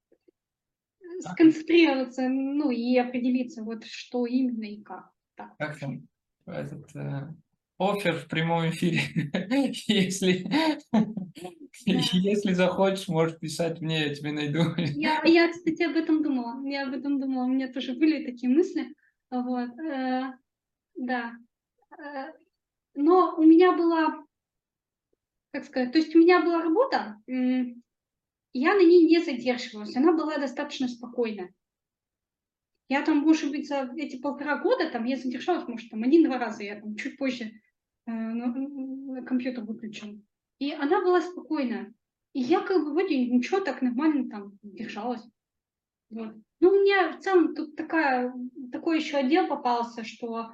А, сконцентрироваться, ну, и определиться, вот что именно и как. Так как скажем. там? Этот, э, оффер в прямом эфире. Если, Да. если захочешь, можешь писать мне, я тебе найду. Я, я, кстати, об этом думала. Я об этом думала. У меня тоже были такие мысли. Вот. э, да. Э, но у меня была, как сказать, то есть у меня была работа, м, я на ней не задерживалась. Она была достаточно спокойная. Я там, может быть, за эти полтора года там я задержалась, может, там один-два раза, я там чуть позже э, ну, компьютер выключила. И она была спокойная. И я как бы вроде ничего так нормально там держалась. Вот. Ну, у меня в целом тут такая, такой еще отдел попался, что,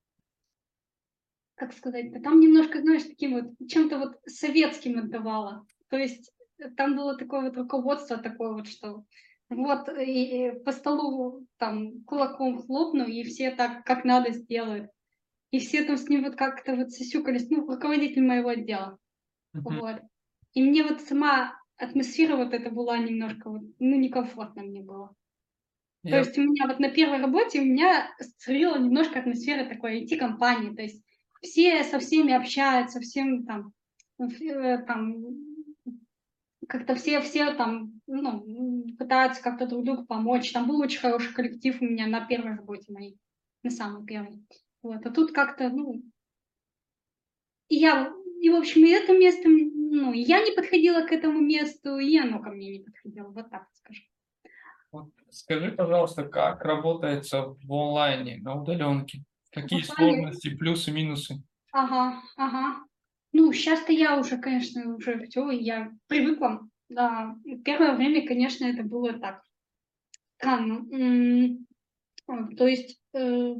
как сказать, там немножко, знаешь, таким вот, чем-то вот советским отдавала. То есть э, там было такое вот руководство такое вот, что вот и, и по столу там кулаком хлопну, и все так, как надо, сделают. И все там с ним вот как-то вот сисюкались, ну, руководитель моего отдела. Мгм. Вот. И мне вот сама атмосфера вот эта была немножко вот, ну, некомфортно мне было. То Я есть у меня вот на первой работе у меня царила немножко атмосфера такой ай ти-компании. То есть все со всеми общаются, всем там, э, там как-то все, все там ну, м, пытаются как-то друг другу помочь. Там был очень хороший коллектив у меня на первой работе моей, на самой первой. Вот. А тут как-то, ну, и я, и в общем, и это место, м, ну, и я не подходила к этому месту, и оно ко мне не подходило, вот так вот скажу. вот скажи, пожалуйста, как работается в онлайне, на удаленке? В Какие плане, сложности, плюсы, минусы? ага, ага. Ну, сейчас-то я уже, конечно, уже все, я привыкла. Да, и первое время, конечно, это было так странно. М, а, То есть э,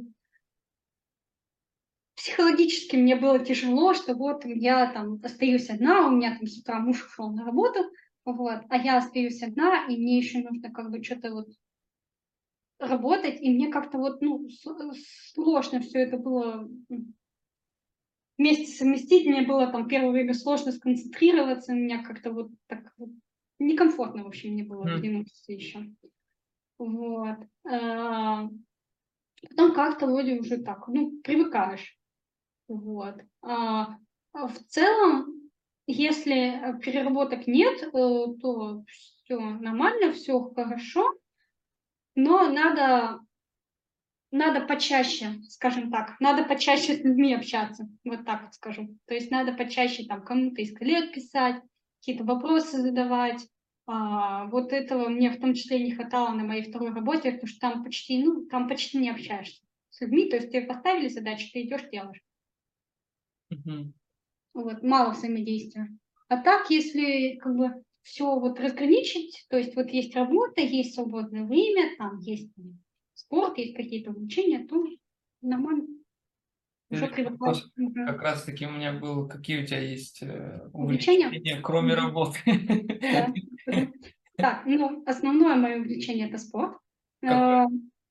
психологически мне было тяжело, что вот я там остаюсь одна, у меня там с утра муж ушел на работу, вот, а я остаюсь одна, и мне еще нужно как бы что-то вот работать, и мне как-то вот, ну, с- сложно все это было м, вместе совместить. Мне было там первое время сложно сконцентрироваться, меня как-то вот так вот некомфортно, в общем, мне было в Мгм. одиночестве еще. Вот. А, Потом как-то вроде уже так, ну, привыкаешь. Вот. А, а в целом, если э, переработок нет, э, то все нормально, все хорошо, но надо, надо почаще, скажем так, надо почаще с людьми общаться, вот так вот скажу. То есть надо почаще там кому-то из коллег писать, какие-то вопросы задавать. А, вот этого мне в том числе не хватало на моей второй работе, потому что там почти, ну, там почти не общаешься с людьми, то есть тебе поставили задачу, ты идешь, делаешь. Мгм. Вот, мало взаимодействия. А так, если как бы все вот разграничить, то есть вот есть работа, есть свободное время, там есть м, спорт, есть какие-то увлечения, то нормально, уже Следующий привыкаю. вопрос как Мгм. раз таки у меня был: какие у тебя есть, э, Увлечения? увлечения, кроме Мгм. работы? Да. Мгм. Так, ну, основное мое увлечение — это спорт. Какой? Э,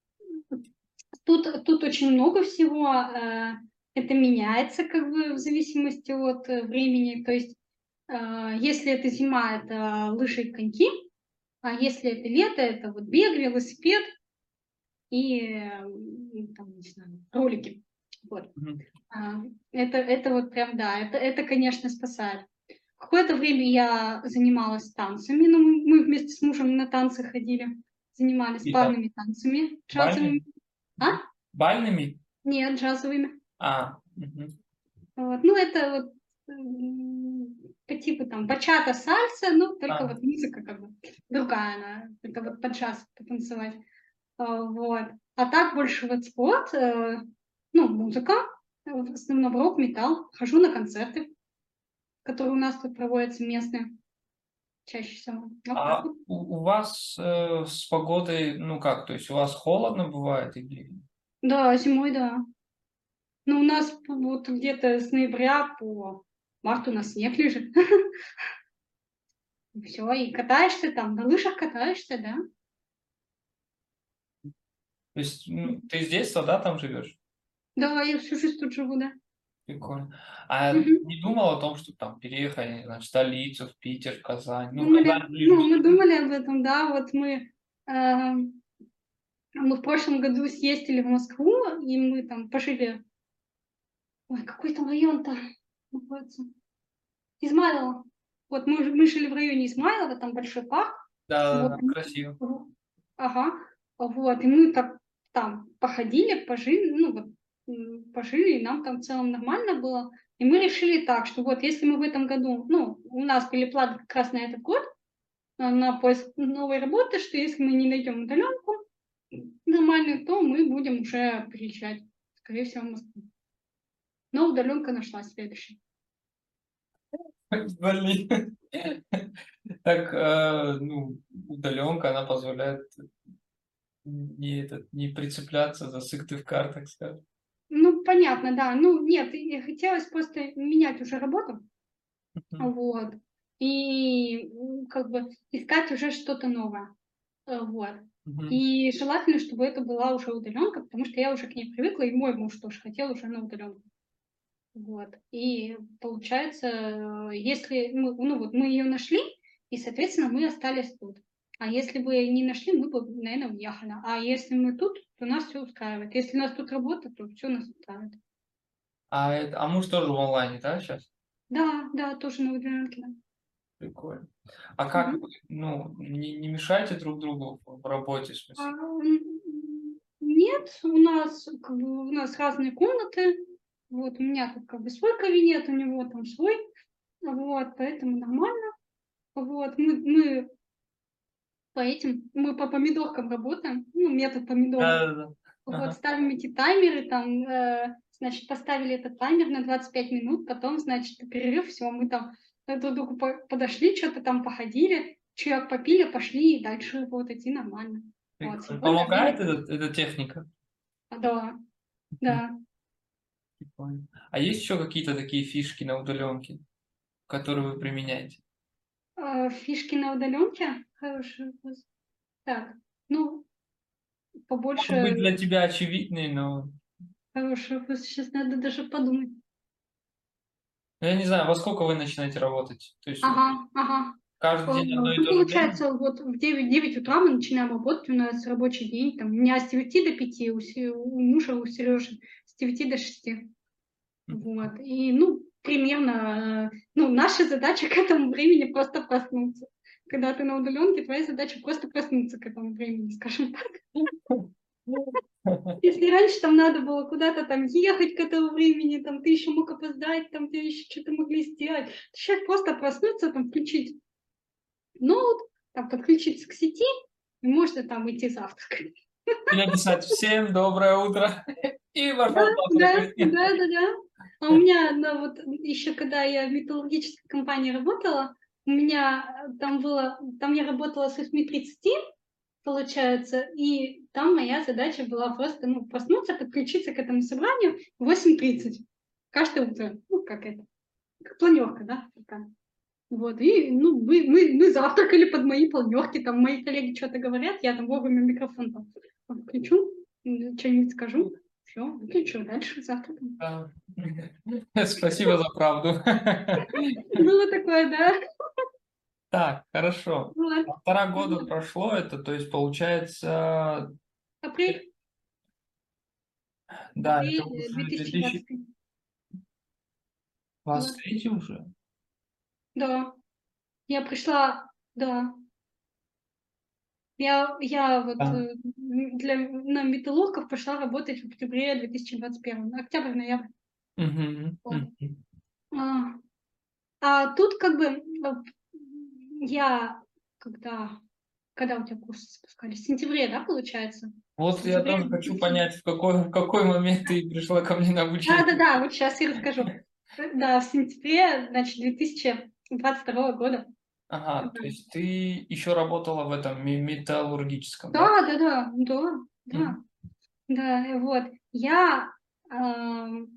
Тут, тут очень много всего. э, Это меняется как бы в зависимости от э, времени. То есть, э, если это зима, это лыжи и коньки. А если это лето, это вот бег, велосипед и, м, там, не знаю, ролики. Вот. Мгм. А, это это вот прям, да, это это, конечно, спасает. Какое-то время я занималась танцами, ну, мы мы вместе с мужем на танцы ходили, занимались И там парными танцами джазовыми. бальными? А? Бальными? Нет, джазовыми. А, мгм. Вот. Ну, это вот, м, по типу там бачата, сальса, ну, только А, вот музыка как бы другая она, только вот под джаз потанцевать. А, вот. А так больше вот спорт, э, ну, музыка, э, в основном рок, металл. Хожу на концерты, которые у нас тут проводятся местные, чаще всего. Вот так а вот. у у вас, э, с погодой, ну как, то есть у вас холодно бывает или? Да, зимой, да. Но у нас п вот где-то с ноября по март у нас снег лежит. И всё, и катаешься там, на лыжах катаешься, да. То есть, ну, ты с детства, да, там живешь? Да, я всю жизнь тут живу, да. Прикольно. А Мгм. не думал о том, чтобы там переехать, я не знаю, в столицу, в Питер, в Казань? Ну, Думали, Казань ближе ну, мы всего. думали об этом, да. Вот мы, эм, мы в прошлом году съездили в Москву, и мы там пожили. Ой, какой там район-то находится? Измайлово. Вот мы ж мы жили в районе Измайлова, там большой парк. Вот, Да-да-да, м, красиво. мгм. Ага. Вот, и мы так там походили, пожили, ну вот, м, пожили, и нам там в целом нормально было. И мы решили так, что вот если мы в этом году, ну, у нас были планы как раз на этот год, а, на поиск новой работы, что если мы не найдем удаленку нормальную, то мы будем уже переезжать, скорее всего, в Москву. Но удаленка нашлась следующая. Блин. Так, э, ну, удаленка, она позволяет не этот, не прицепляться за Сыктывкар, так сказать. Ну, понятно, да. Ну, нет, и хотелось просто менять уже работу, Мгм. вот, и, м, как бы искать уже что-то новое, э, вот. Мгм. И желательно, чтобы это была уже удаленка, потому что я уже к ней привыкла, и мой муж тоже хотел уже на удаленку. Вот. И получается, э, если мы, ну вот мы ее нашли, и, соответственно, мы остались тут. А если бы не нашли, мы бы, наверное, уехали. А если мы тут, то нас все устраивает. Если у нас тут работа, то все нас устраивает. А, это, а муж тоже в онлайне, да, сейчас? Да, да, тоже на удаленке, да. Прикольно. А как Мгм. вы, ну, не, не мешаете друг другу в работе, в А, смысле? м, нет, у нас как бы у нас разные комнаты. Вот у меня тут как бы свой кабинет, у него там свой. Вот, поэтому нормально. Вот, мы, мы по этим, мы по помидоркам работаем, ну, метод помидора. Да-да-да. Вот, Ага. ставим эти таймеры, там, э, значит, поставили этот таймер на двадцать пять минут, потом, значит, перерыв, все, мы там друг к другу по- подошли, что-то там походили, чаек попили, пошли и дальше работать, и нормально. Вот, Прикольно. сегодня Помогает время, эта, эта техника? да, Мгм. да. Прикольно. А есть еще какие-то такие фишки на удаленке, которые вы применяете? А, фишки на удаленке? Хороший вопрос. Так, ну, Может быть, побольше для тебя очевидные, но хороший вопрос. Сейчас надо даже подумать. ну, я не знаю, во сколько вы начинаете работать? То есть Ага, ага. каждый Э, день одно и Ну, то же время? получается, вот в девять девять утра мы начинаем работать, у нас рабочий день, там, у меня с девяти до пяти, у, Се- у мужа, у Сережи с девяти до шести. Мгм. Вот. И, ну, примерно, э, ну, наша задача к этому времени просто проснуться. Когда ты на удаленке, твоя задача просто проснуться к этому времени, скажем так. Если раньше там надо было куда-то там ехать к этому времени, там ты еще мог опоздать, там ты еще что-то могли сделать. Сейчас просто проснуться, там включить ноут, там подключиться к сети, и можно там идти завтракать. И написать «Всем доброе утро» и Да, пошел да, завтракать. да, да, да. А у меня, да, вот еще когда я в металлургической компании работала, у меня э, там было, там я работала с восьми тридцати, получается, и там моя задача была просто, ну, проснуться, подключиться к этому собранию в восемь тридцать каждое утро. Ну, как это, как планерка, да, такая. Вот, и, ну, мы, мы, мы завтракали под мои планерки, там мои коллеги что-то говорят, я там вовремя микрофон там включу, что-нибудь скажу, все, выключу, дальше завтракаем. Да. Спасибо за правду. Было такое, да. Так, хорошо. Вот, Полтора года вот. прошло, это, то есть, получается, Апрель, да, это апрель уже две тысячи две тысячи двадцать третий. двадцать Вот. третий уже. Да, я пришла, да, я, я вот Да. э, для, на металлургов пошла работать в октябре две тысячи двадцать первого, октябрь-ноябрь. Мгм, Вот. мгм. А, А тут как бы э, я, когда, когда у тебя курсы спускались? В сентябре, да, получается? В Вот я сентябре тоже хочу 2000. понять, в какой, в какой момент ты пришла ко мне на обучение. Да-да-да, вот сейчас я расскажу. Да, в сентябре, значит, две тысячи двадцать второго года. Ага, Да, то есть ты еще работала в этом ме- металлургическом, да? да-да-да, да, да, Мгм, да, и вот. Я ам,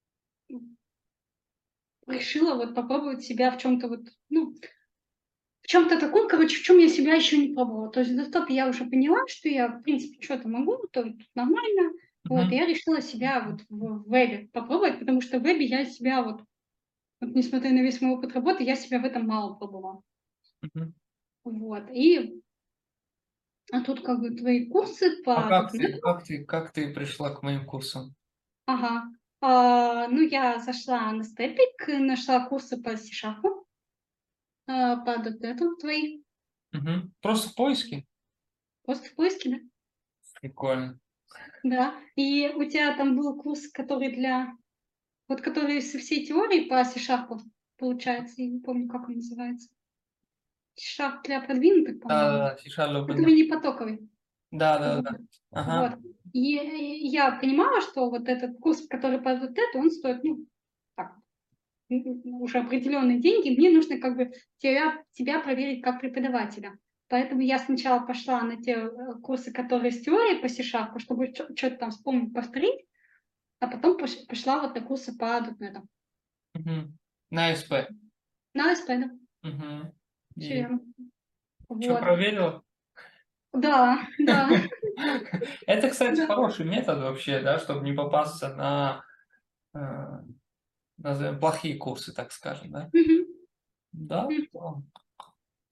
решила вот попробовать себя в чем-то вот, ну, в чем-то таком, короче, в чем я себя еще не пробовала. То есть десктоп я уже поняла, что я, в принципе, что-то могу, то тут нормально. Вот, и мгм, я решила себя вот в, в вебе попробовать, потому что в вебе я себя вот, вот, несмотря на весь мой опыт работы, я себя в этом мало пробовала. мгм. Вот, и а тут как бы твои курсы А по как ты, .дот нету. как ты, как ты пришла к моим курсам? Ага. А, ну, я зашла на степик, нашла курсы по C-Sharp, а, по .дот нету твои, Мгм. Просто в поиске? просто в поиске, да? Прикольно. Да. И у тебя там был курс, который для Вот которые со всей теории по C-Sharp, получается, я не помню, как он называется. C-Sharp для продвинутых, по-моему, Да-да-да, C-Sharp для который не потоковый. Да, да, Вот. да. Вот. Ага. И и я понимала, что вот этот курс, который по вот это, он стоит, ну, так, м, м, уже определенные деньги. Мне нужно как бы тебя, тебя проверить как преподавателя. Поэтому я сначала пошла на те э, курсы, которые с теорией по C-Sharp, чтобы что-то там вспомнить, повторить, а потом пош- пошла вот на курсы по .дот нету. Мгм. На эс пэ. На эй эс пи, да, Мгм. всё И верно. что, Вот. проверила? Да, да, Это, кстати, да. хороший метод вообще, да, чтобы не попасться на, э, назовем, плохие курсы, так скажем, да? Мгм, Да, м. да.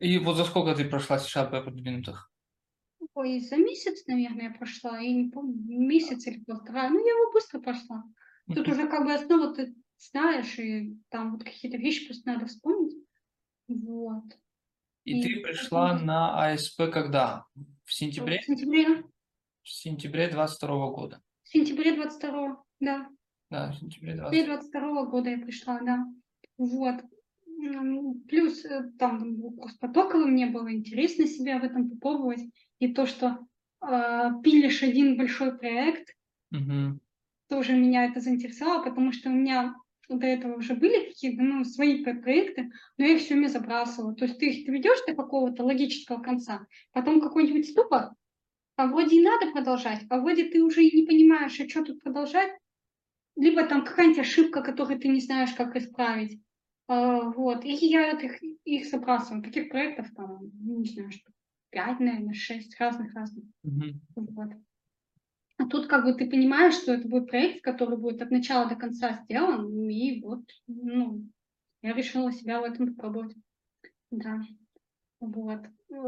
И вот за сколько ты прошла C# по продвинутых? Ой, за месяц, наверное, я прошла, я не помню, месяц или полтора. Ну, я его быстро прошла. Тут Мгм. уже как бы основу ты знаешь, и там вот какие-то вещи просто надо вспомнить. Вот. И ты И пришла поэтому на А С П когда? В в сентябре? сентябре, В сентябре двадцать второго года. в сентябре двадцать второго, да. Да, в сентябре В сентябре двадцать. двадцать второго года я пришла, да. Вот. М, Плюс э, там курс потоковый, мне было интересно себя в этом попробовать. И то, что э, пилишь один большой проект, Мгм. тоже меня это заинтересовало, потому что у меня до этого уже были какие-то, ну, свои п- проекты, но я их все время забрасывала. То есть ты их доведешь до какого-то логического конца, потом какой-нибудь ступор, а вроде и надо продолжать, а вроде ты уже и не понимаешь, а что тут продолжать, либо там какая-нибудь ошибка, которую ты не знаешь, как исправить. А, вот. И я вот их, их забрасываю. Таких проектов там, ну, не знаю, что пять, наверное, шесть разных-разных. Мгм. Вот. А тут как бы ты понимаешь, что это будет проект, который будет от начала до конца сделан, и вот, ну, я решила себя в этом попробовать. Да, вот.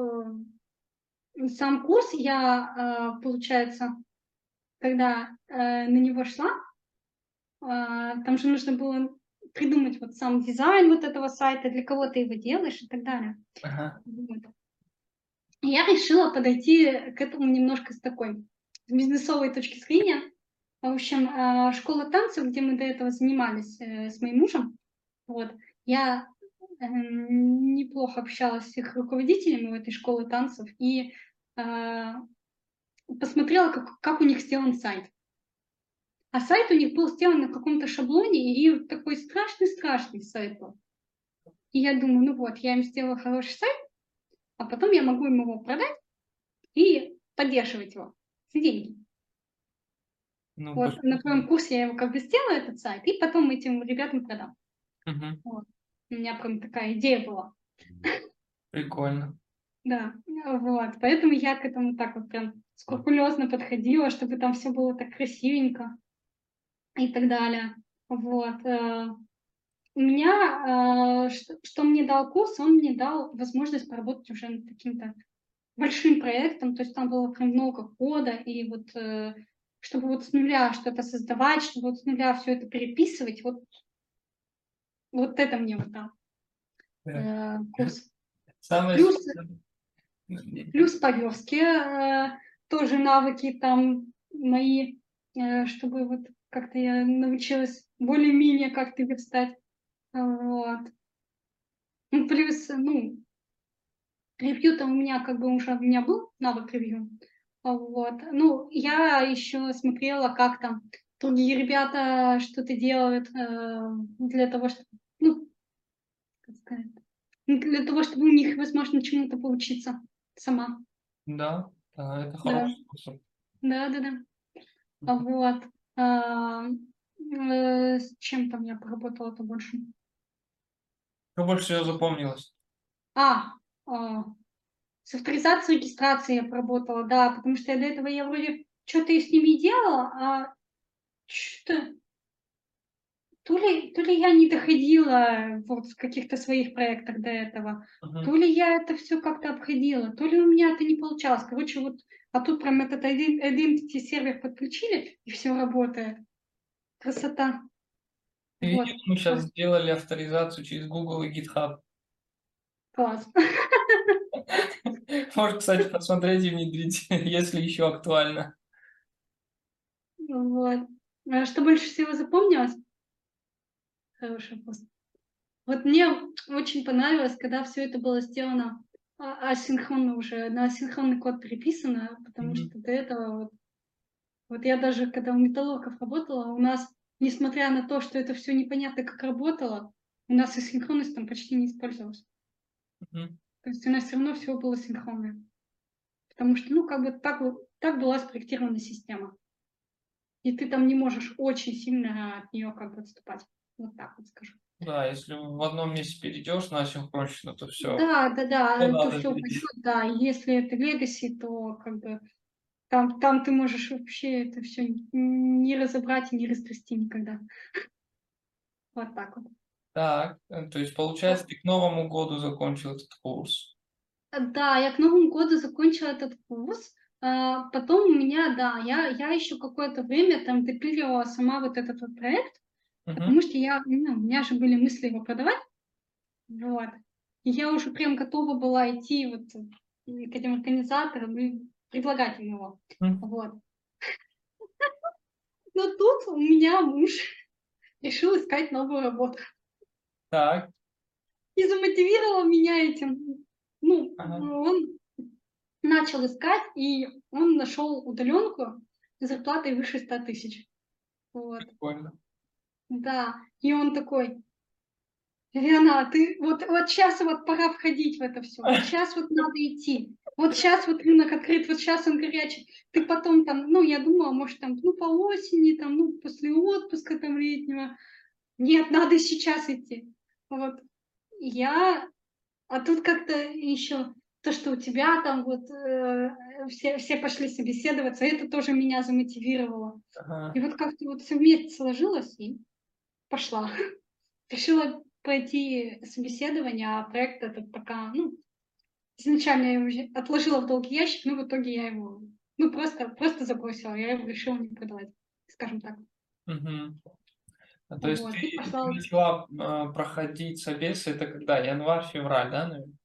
Э, Сам курс я, э, получается, когда э, на него шла, а, там же нужно было придумать вот сам дизайн вот этого сайта, для кого ты его делаешь и так далее. Ага. Вот. И я решила подойти к этому немножко с такой с бизнесовой точки зрения. В общем, а, школа танцев, где мы до этого занимались э, с моим мужем, вот, я э, неплохо общалась с их руководителями в этой школы танцев и а, посмотрела, как, как у них сделан сайт. А сайт у них был сделан на каком-то шаблоне, и такой страшный-страшный сайт был. И я думаю, ну вот, я им сделала хороший сайт, а потом я могу им его продать и поддерживать его за деньги. Ну, Вот на почему? твоем курсе я его как бы сделаю, этот сайт, и потом этим ребятам продам. Мгм. Вот. У меня прям такая идея была. Прикольно. Да, вот. Поэтому я к этому так вот прям скрупулезно подходила, чтобы там все было так красивенько и так далее. Вот. э. У меня, э, что, что мне дал курс, он мне дал возможность поработать уже над каким-то большим проектом, то есть там было прям много кода, и вот э, чтобы вот с нуля что-то создавать, чтобы вот с нуля все это переписывать, вот, вот это мне вот дал Да. э, курс. Самое Плюс, сложное. плюс по верстке э, тоже навыки там мои, э, чтобы вот как-то я научилась более-менее как-то верстать. Вот. Ну, плюс, ну, ревью-то у меня как бы уже у меня был навык ревью. А, вот. Ну, я еще смотрела, как там другие ребята что-то делают э, для того, чтобы, ну, как сказать, ну, для того, чтобы у них, возможно, чему-то поучиться сама. Да, да, это Да, хороший способ. да, да, да. А вот. А, э, с чем там я поработала-то больше? Что больше всего запомнилось? А, а, с авторизацией и регистрацией я поработала, да, потому что я до этого я вроде что-то и с ними делала, а что-то то ли, то ли я не доходила вот в каких-то своих проектах до этого, Мгм. то ли я это все как-то обходила, то ли у меня это не получалось. Короче, вот, а тут прям этот один identity сервер подключили, и все работает. Красота. Ты Вот. видишь, мы А, сейчас сделали авторизацию через Google и GitHub. класс. Можешь, кстати, посмотреть и внедрить, если еще актуально. Вот. А что больше всего запомнилось? Хороший вопрос. Вот мне очень понравилось, когда все это было сделано а асинхронно уже, на асинхронный код переписано, потому Мгм. что до этого вот Вот я даже, когда у металлургов работала, у нас, несмотря на то, что это все непонятно как работало, у нас и синхронность там почти не использовалась. Мгм. То есть у нас все равно все было синхронное. Потому что, ну, как бы так, вот- так была спроектирована система. И ты там не можешь очень сильно от нее как бы отступать. Вот так вот скажу. Да, если в одном месте перейдешь на асинхронщину, то все. Да, да, Что да, то надо все перейти. упадет, да. Если это legacy, то как бы там, там ты можешь вообще это все не разобрать и не растрясти никогда. Вот так вот. Так, э, то есть, получается, ты к Новому году закончил этот курс. Да, я к Новому году закончила этот курс. А, потом у меня, да, я я еще какое-то время там допиливала сама вот этот вот проект, потому Мгм. что я, ну, у меня же были мысли его продавать. Вот. И я уже прям готова была идти вот, м, к этим организаторам и предлагать им его. М. Вот. Но тут у меня муж решил искать новую работу Так. и замотивировал меня этим. Ну, Ага. он начал искать, и он нашел удаленку с зарплатой выше ста тысяч. Вот. Прикольно. Да. И он такой: "Лена, ты вот вот щас вот пора входить в это все. Вот сейчас вот надо идти. Вот сейчас вот рынок открыт, вот сейчас он горячий. Ты потом там". Ну, я думала, может, там, ну, по осени, там, ну, после отпуска там летнего. Нет, надо сейчас идти. Вот. Я а тут как-то еще то, что у тебя там вот, э, все все пошли собеседоваться, это тоже меня замотивировало. И Ага. вот как-то вот всё вместе сложилось, и пошла. Решила пройти собеседование, а проект этот пока, ну, изначально я его уже отложила в долгий ящик, но в итоге я его, ну, просто просто забросила, я его решила не продавать, скажем так. Мгм. А, то есть Вот, ты и ты пошла. начала, а, проходить собес, это когда? Январь-февраль, да, наверно?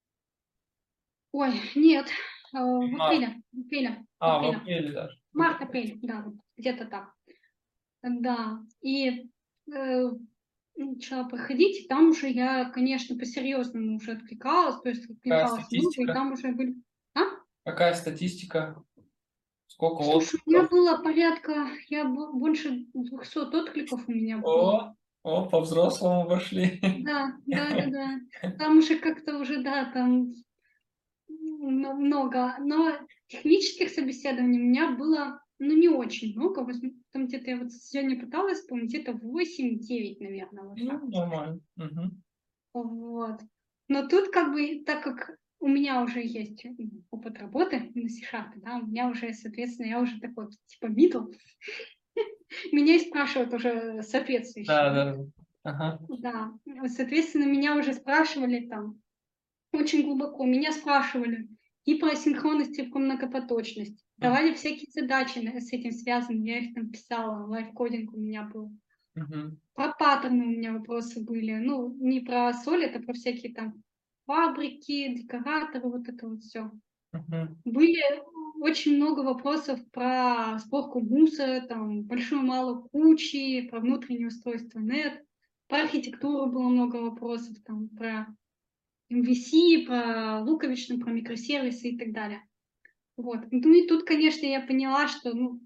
Ой, нет, э, в Март. апреле, в апреле, в А, в апреле. апреле даже. Мгм. Март-апрель, да, вот где-то так. Да, и, э, начала проходить, и там уже я, конечно, по-серьезному уже откликалась, то есть Какая откликалась много, и статистика? там уже были. А? Какая статистика? Сколько Слушай, у меня откликов? было порядка, я бо больше двухсот откликов у меня было. О, о, по-взрослому пошли. Да, да-да-да. Там уже как-то уже, да, там мно много, но технических собеседований у меня было, ну, не очень много. Возм там где-то я вот сегодня пыталась вспомнить, где-то восемь-девять, наверно, вот так Ну, вот. нормально. Мгм. Вот. Но тут как бы, так как у меня уже есть, м, опыт работы на C-Sharp, да, у меня уже, соответственно, я уже такой типа middle. Меня и спрашивают уже соответствующие, да. Да-да-да. Ага. Да, э, соответственно, меня уже спрашивали там очень глубоко. Меня спрашивали и про синхронность, и про многопоточность. М. Давали всякие задачи на с этим связанные, я их там писала, лайфкодинг у меня был. Мгм. Про паттерны у меня вопросы были. Ну, не про Solid, а про всякие там фабрики, декораторы, вот это вот всё. Мгм. Были очень много вопросов про сборку мусора, там, большую-малую кучи, про внутреннее устройство нет. Про архитектуру было много вопросов, там, про эм ви си, про луковичную, про микросервисы и так далее. Вот. Ну и тут, конечно, я поняла, что, ну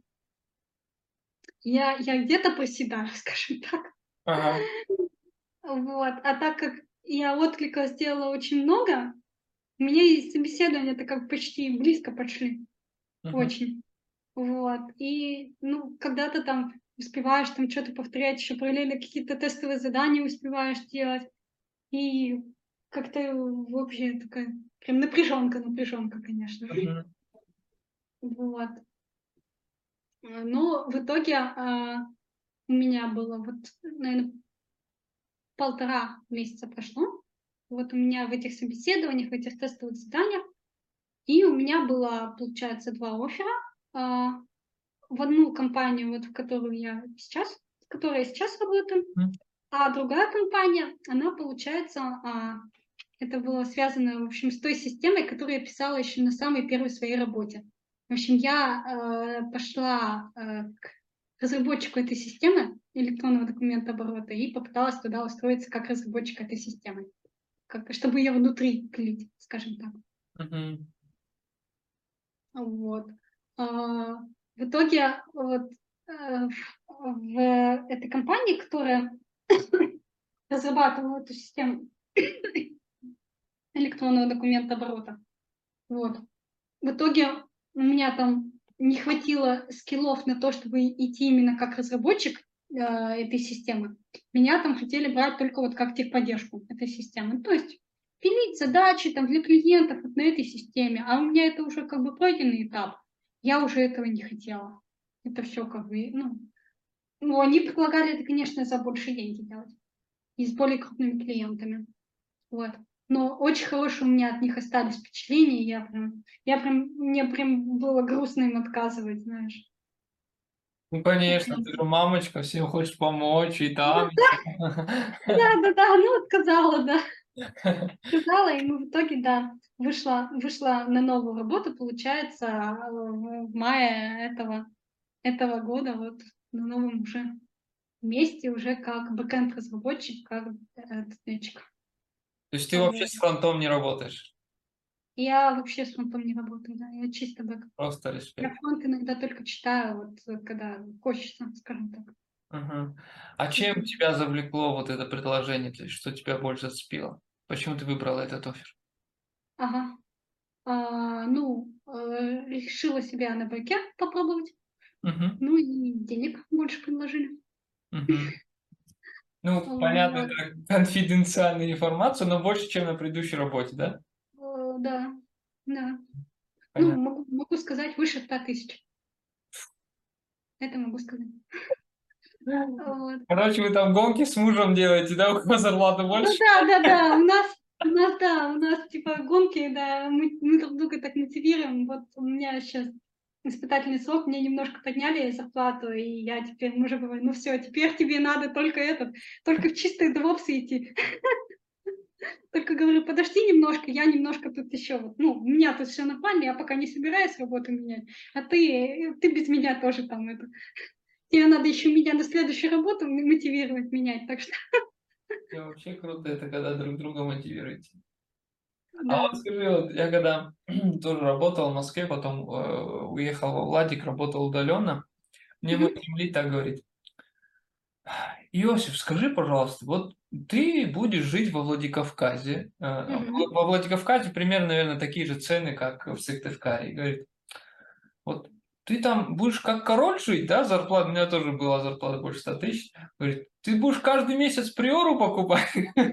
я я где-то проседаю, скажем так. Ага. Вот. А так как я отклика сделала очень много, у меня и собеседования-то как почти близко подошли. Мгм. Очень. Вот. И, ну, когда ты там успеваешь там чё-то повторять, еще параллельно какие-то тестовые задания успеваешь делать, и как-то вообще такая прям напряжёнка напряжёнка, конечно. Мгм. Вот. Э, но в итоге, а, у меня было вот, наверно полтора месяца прошло. Вот у меня в этих собеседованиях, в этих тестовых заданиях, и у меня было, получается, два оффера. А, в одну компанию, вот в которую я сейчас в которой я сейчас работаю, М. а другая компания, она, получается, а, это было связано, в общем, с той системой, которую я писала еще на самой первой своей работе. В общем, я, э, пошла, э, к разработчику этой системы электронного документооборота и попыталась туда устроиться как разработчик этой системы, как чтобы её внутри пилить, скажем так. Мгм. Вот. А, в итоге вот, э, в в этой компании, которая разрабатывала эту систему электронного документооборота, вот, в итоге у меня там не хватило скиллов на то, чтобы идти именно как разработчик, а, этой системы. Меня там хотели брать только вот как техподдержку этой системы. То есть пилить задачи там для клиентов вот на этой системе, а у меня это уже как бы пройденный этап. Я уже этого не хотела. Это всё как бы, ну ну, они предлагали это, конечно, за большие деньги делать и с более крупными клиентами. Вот. но очень хорошие у меня от них остались впечатления. Я прям, я прям, мне прям было грустно им отказывать, знаешь. Ну, Я конечно, прям- ты же мамочка, всем хочешь помочь, и Ну там, и да, сям. да, да, да, ну отказала, да. Сказала, и мы в итоге, да, вышла вышла на новую работу, получается, а, в в мае этого этого года, вот на новом уже месте, уже как бэкэнд-разработчик, как, э, дотнетчик. То есть ты вообще Вот. с фронтом не работаешь? Я вообще с фронтом не работаю, да, я чисто бэк. Просто Я респект. фронт иногда только читаю, вот, э, когда хочется, скажем так. Мгм. А чем Мгм. тебя завлекло вот это предложение? То есть что тебя больше зацепило? Почему ты выбрала этот оффер? Ага. А, ну, э, решила себя на бэке попробовать, Мгм. ну и денег больше предложили. Мгм. Ну, понятно, Вот. это конфиденциальная информация, но больше, чем на предыдущей работе, да? Э, да, да. Ну, Понятно. могу могу сказать, выше ста тысяч. Это могу сказать. Вот. Короче, вы там гонки с мужем делаете, да? У кого зарплата Ну больше? да, да-да, у нас у нас, да, у нас типа гонки, да, мы мы друг друга так мотивируем. Вот у меня сейчас испытательный срок, мне немножко подняли зарплату, и я теперь мужу говорю: "Ну все, теперь тебе надо только этот, только в чистые девопсы идти". Только говорю: "Подожди немножко, я немножко тут еще вот, ну, у меня тут все нормально, я пока не собираюсь работу менять, а ты, э, ты без меня тоже там это, тебе надо еще меня на следующую работу м мотивировать менять". Так что И вообще круто, это когда друг друга мотивируете. А да. вот скажи, вот я когда тоже работал в Москве, потом э, уехал во Владик, работал удаленно, мне мой Мгм, тимлид так говорит: Иосиф, скажи, пожалуйста, вот ты будешь жить во Владикавказе. э, мгм. Во Владикавказе примерно, наверное, такие же цены, как в Сыктывкаре. И говорит, вот ты там будешь как король жить, да, зарплата, у меня тоже была зарплата больше ста тысяч. Говорит, ты будешь каждый месяц приору покупать.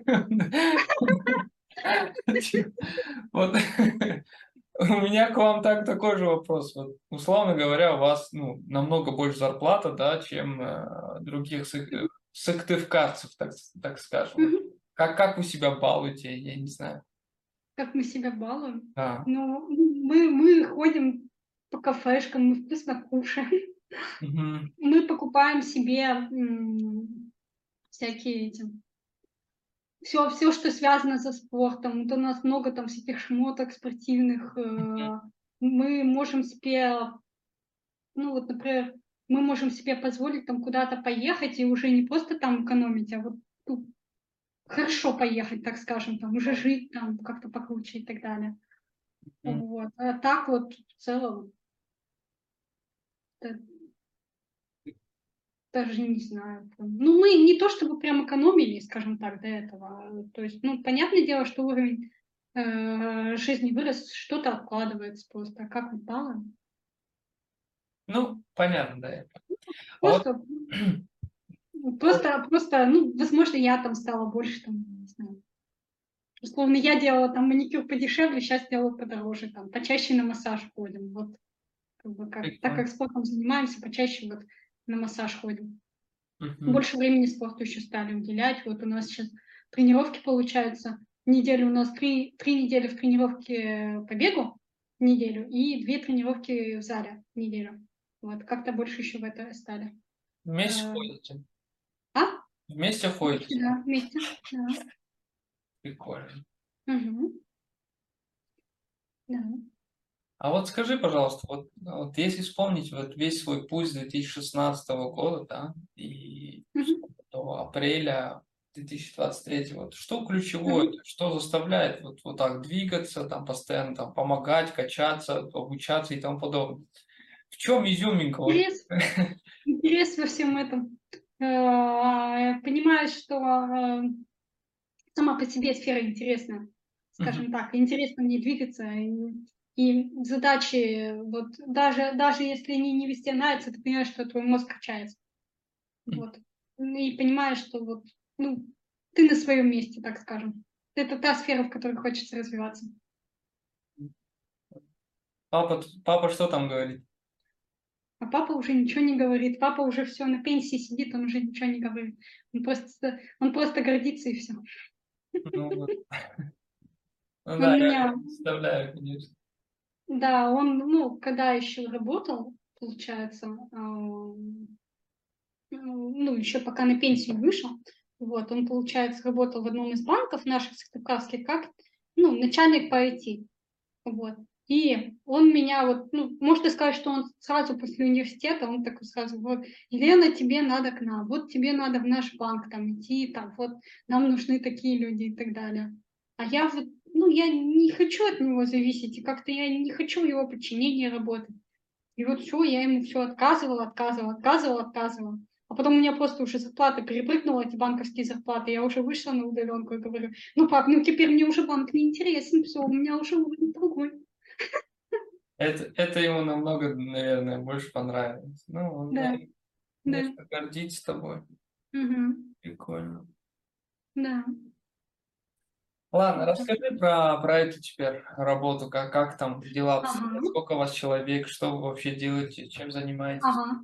Вот у меня к вам так такой же вопрос. Вот, условно говоря, у вас ну, намного больше зарплата, да, чем э, других сык- э, сыктывкарцев, так, с- так скажем. Вот. Мгм. Как, как вы себя балуете, я не знаю. Как мы себя балуем? Да. Ну, мы мы ходим по кафешкам, мы вкусно кушаем, Мгм. мы покупаем себе, м, всякие эти все, все, что связано со спортом. Вот у нас много там всяких шмоток спортивных. Мгм. Э, мы можем себе, ну вот, например, мы можем себе позволить там куда-то поехать и уже не просто там экономить, а вот, ну, хорошо поехать, так скажем, там уже жить там как-то покруче и так далее. Мгм. Вот. А так вот в целом, д даже не знаю прям. Ну, мы не то чтобы прям экономили, скажем так, до этого. То есть, ну, понятное дело, что уровень, э, жизни вырос, что-то откладывается просто. А как вот баланс? Ну, понятно, да. А вот Просто, ну, просто просто, ну, возможно, я там стала больше там, не знаю, условно, я делала там маникюр подешевле, сейчас делаю подороже, там, почаще на массаж ходим. Вот как бы как так прикольно. как спортом занимаемся, почаще вот на массаж ходим. Мгм. Больше времени спорту еще стали уделять. Вот у нас сейчас тренировки получаются. Неделю у нас три, три недели в тренировке по бегу неделю и две тренировки в зале неделю. Вот, как-то больше еще в это стали. Вместе Э, ходите? а? Вместе Вместе, ходите? да, вместе. Да. Прикольно. Мгм. Да. А вот скажи, пожалуйста, вот, вот если вспомнить вот весь свой путь с две тысячи шестнадцатого года, да, и Мгм. до апреля две тысячи двадцать третьего, вот что ключевое, Мгм. что заставляет вот, вот так двигаться, там постоянно там помогать, качаться, обучаться и тому подобное? В чем изюминка? Вот. Интерес. Интерес во всем этом. Э, Понимаешь, что э, сама по себе сфера интересная, Мгм. скажем так. Интересно мне двигаться, и и задачи, вот даже даже если они не везде нравятся, ты понимаешь, что твой мозг качается. Вот. И понимаешь, что вот, ну, ты на своем месте, так скажем. Это та сфера, в которой хочется развиваться. Папа, папа что там говорит? А папа уже ничего не говорит. Папа уже все на пенсии сидит, он уже ничего не говорит. Он просто он просто гордится и все. Ну, вот. Ну Он да, я меня, представляю, конечно. да, он, ну, когда еще работал, получается, ам, ну, еще пока на пенсию вышел, вот, он, получается, работал в одном из банков наших сыктывкарских, как, ну, начальник по ай ти. Вот. И он меня вот, ну, можно сказать, что он сразу после университета, он такой сразу, вот, Елена, тебе надо к нам, вот тебе надо в наш банк там идти, там, вот, нам нужны такие люди и так далее. А я вот, ну, я не хочу от него зависеть, и как-то я не хочу в его подчинении работать. И вот все, я ему все отказывала, отказывала, отказывала, отказывала. А потом у меня просто уже зарплата перепрыгнула, эти банковские зарплаты. Я уже вышла на удаленку и говорю, ну, пап, ну теперь мне уже банк не интересен, все, у меня уже уровень другой. Это, это ему намного, наверное, больше понравилось. Ну, он, Да, наверное, да, конечно, гордится тобой. мгм, Прикольно. да. Ладно, Вот так. расскажи про, про эту теперь работу, как, как там дела Ага, обстоят, сколько у вас человек, что вы вообще делаете, чем занимаетесь? ага.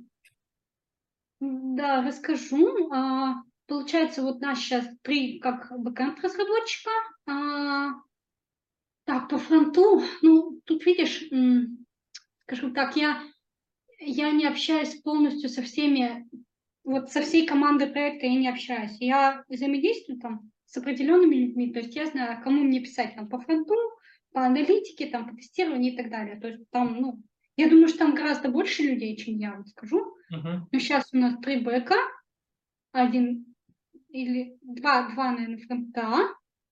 Да, расскажу. А, Получается, вот нас сейчас три как бэкэнд-разработчика. А, Так, по фронту, ну, тут видишь, м, скажем так, я Я не общаюсь полностью со всеми, вот со всей командой проекта я не общаюсь. Я взаимодействую там с определенными людьми, то есть я знаю, кому мне писать там по фронту, по аналитике, там, по тестированию и так далее. То есть там, ну, я думаю, что там гораздо больше людей, чем я, вот скажу. Мгм. Но сейчас у нас три бэка, один или два, два, наверное, фронта,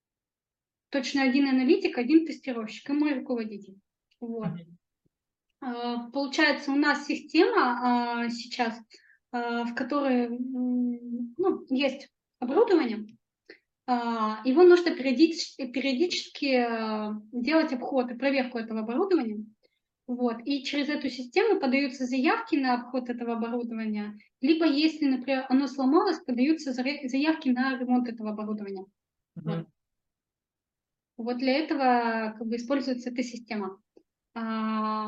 точно один аналитик, один тестировщик и мой руководитель. Вот. Мгм. А, Получается, у нас система а, сейчас, а, в которой м, ну, есть оборудование, а, его нужно периодически, периодически а, делать обход и проверку этого оборудования. Вот. И через эту систему подаются заявки на обход этого оборудования, либо если, например, оно сломалось, подаются заре- заявки на ремонт этого оборудования. Мгм. Вот. Вот для этого как бы используется эта система. А,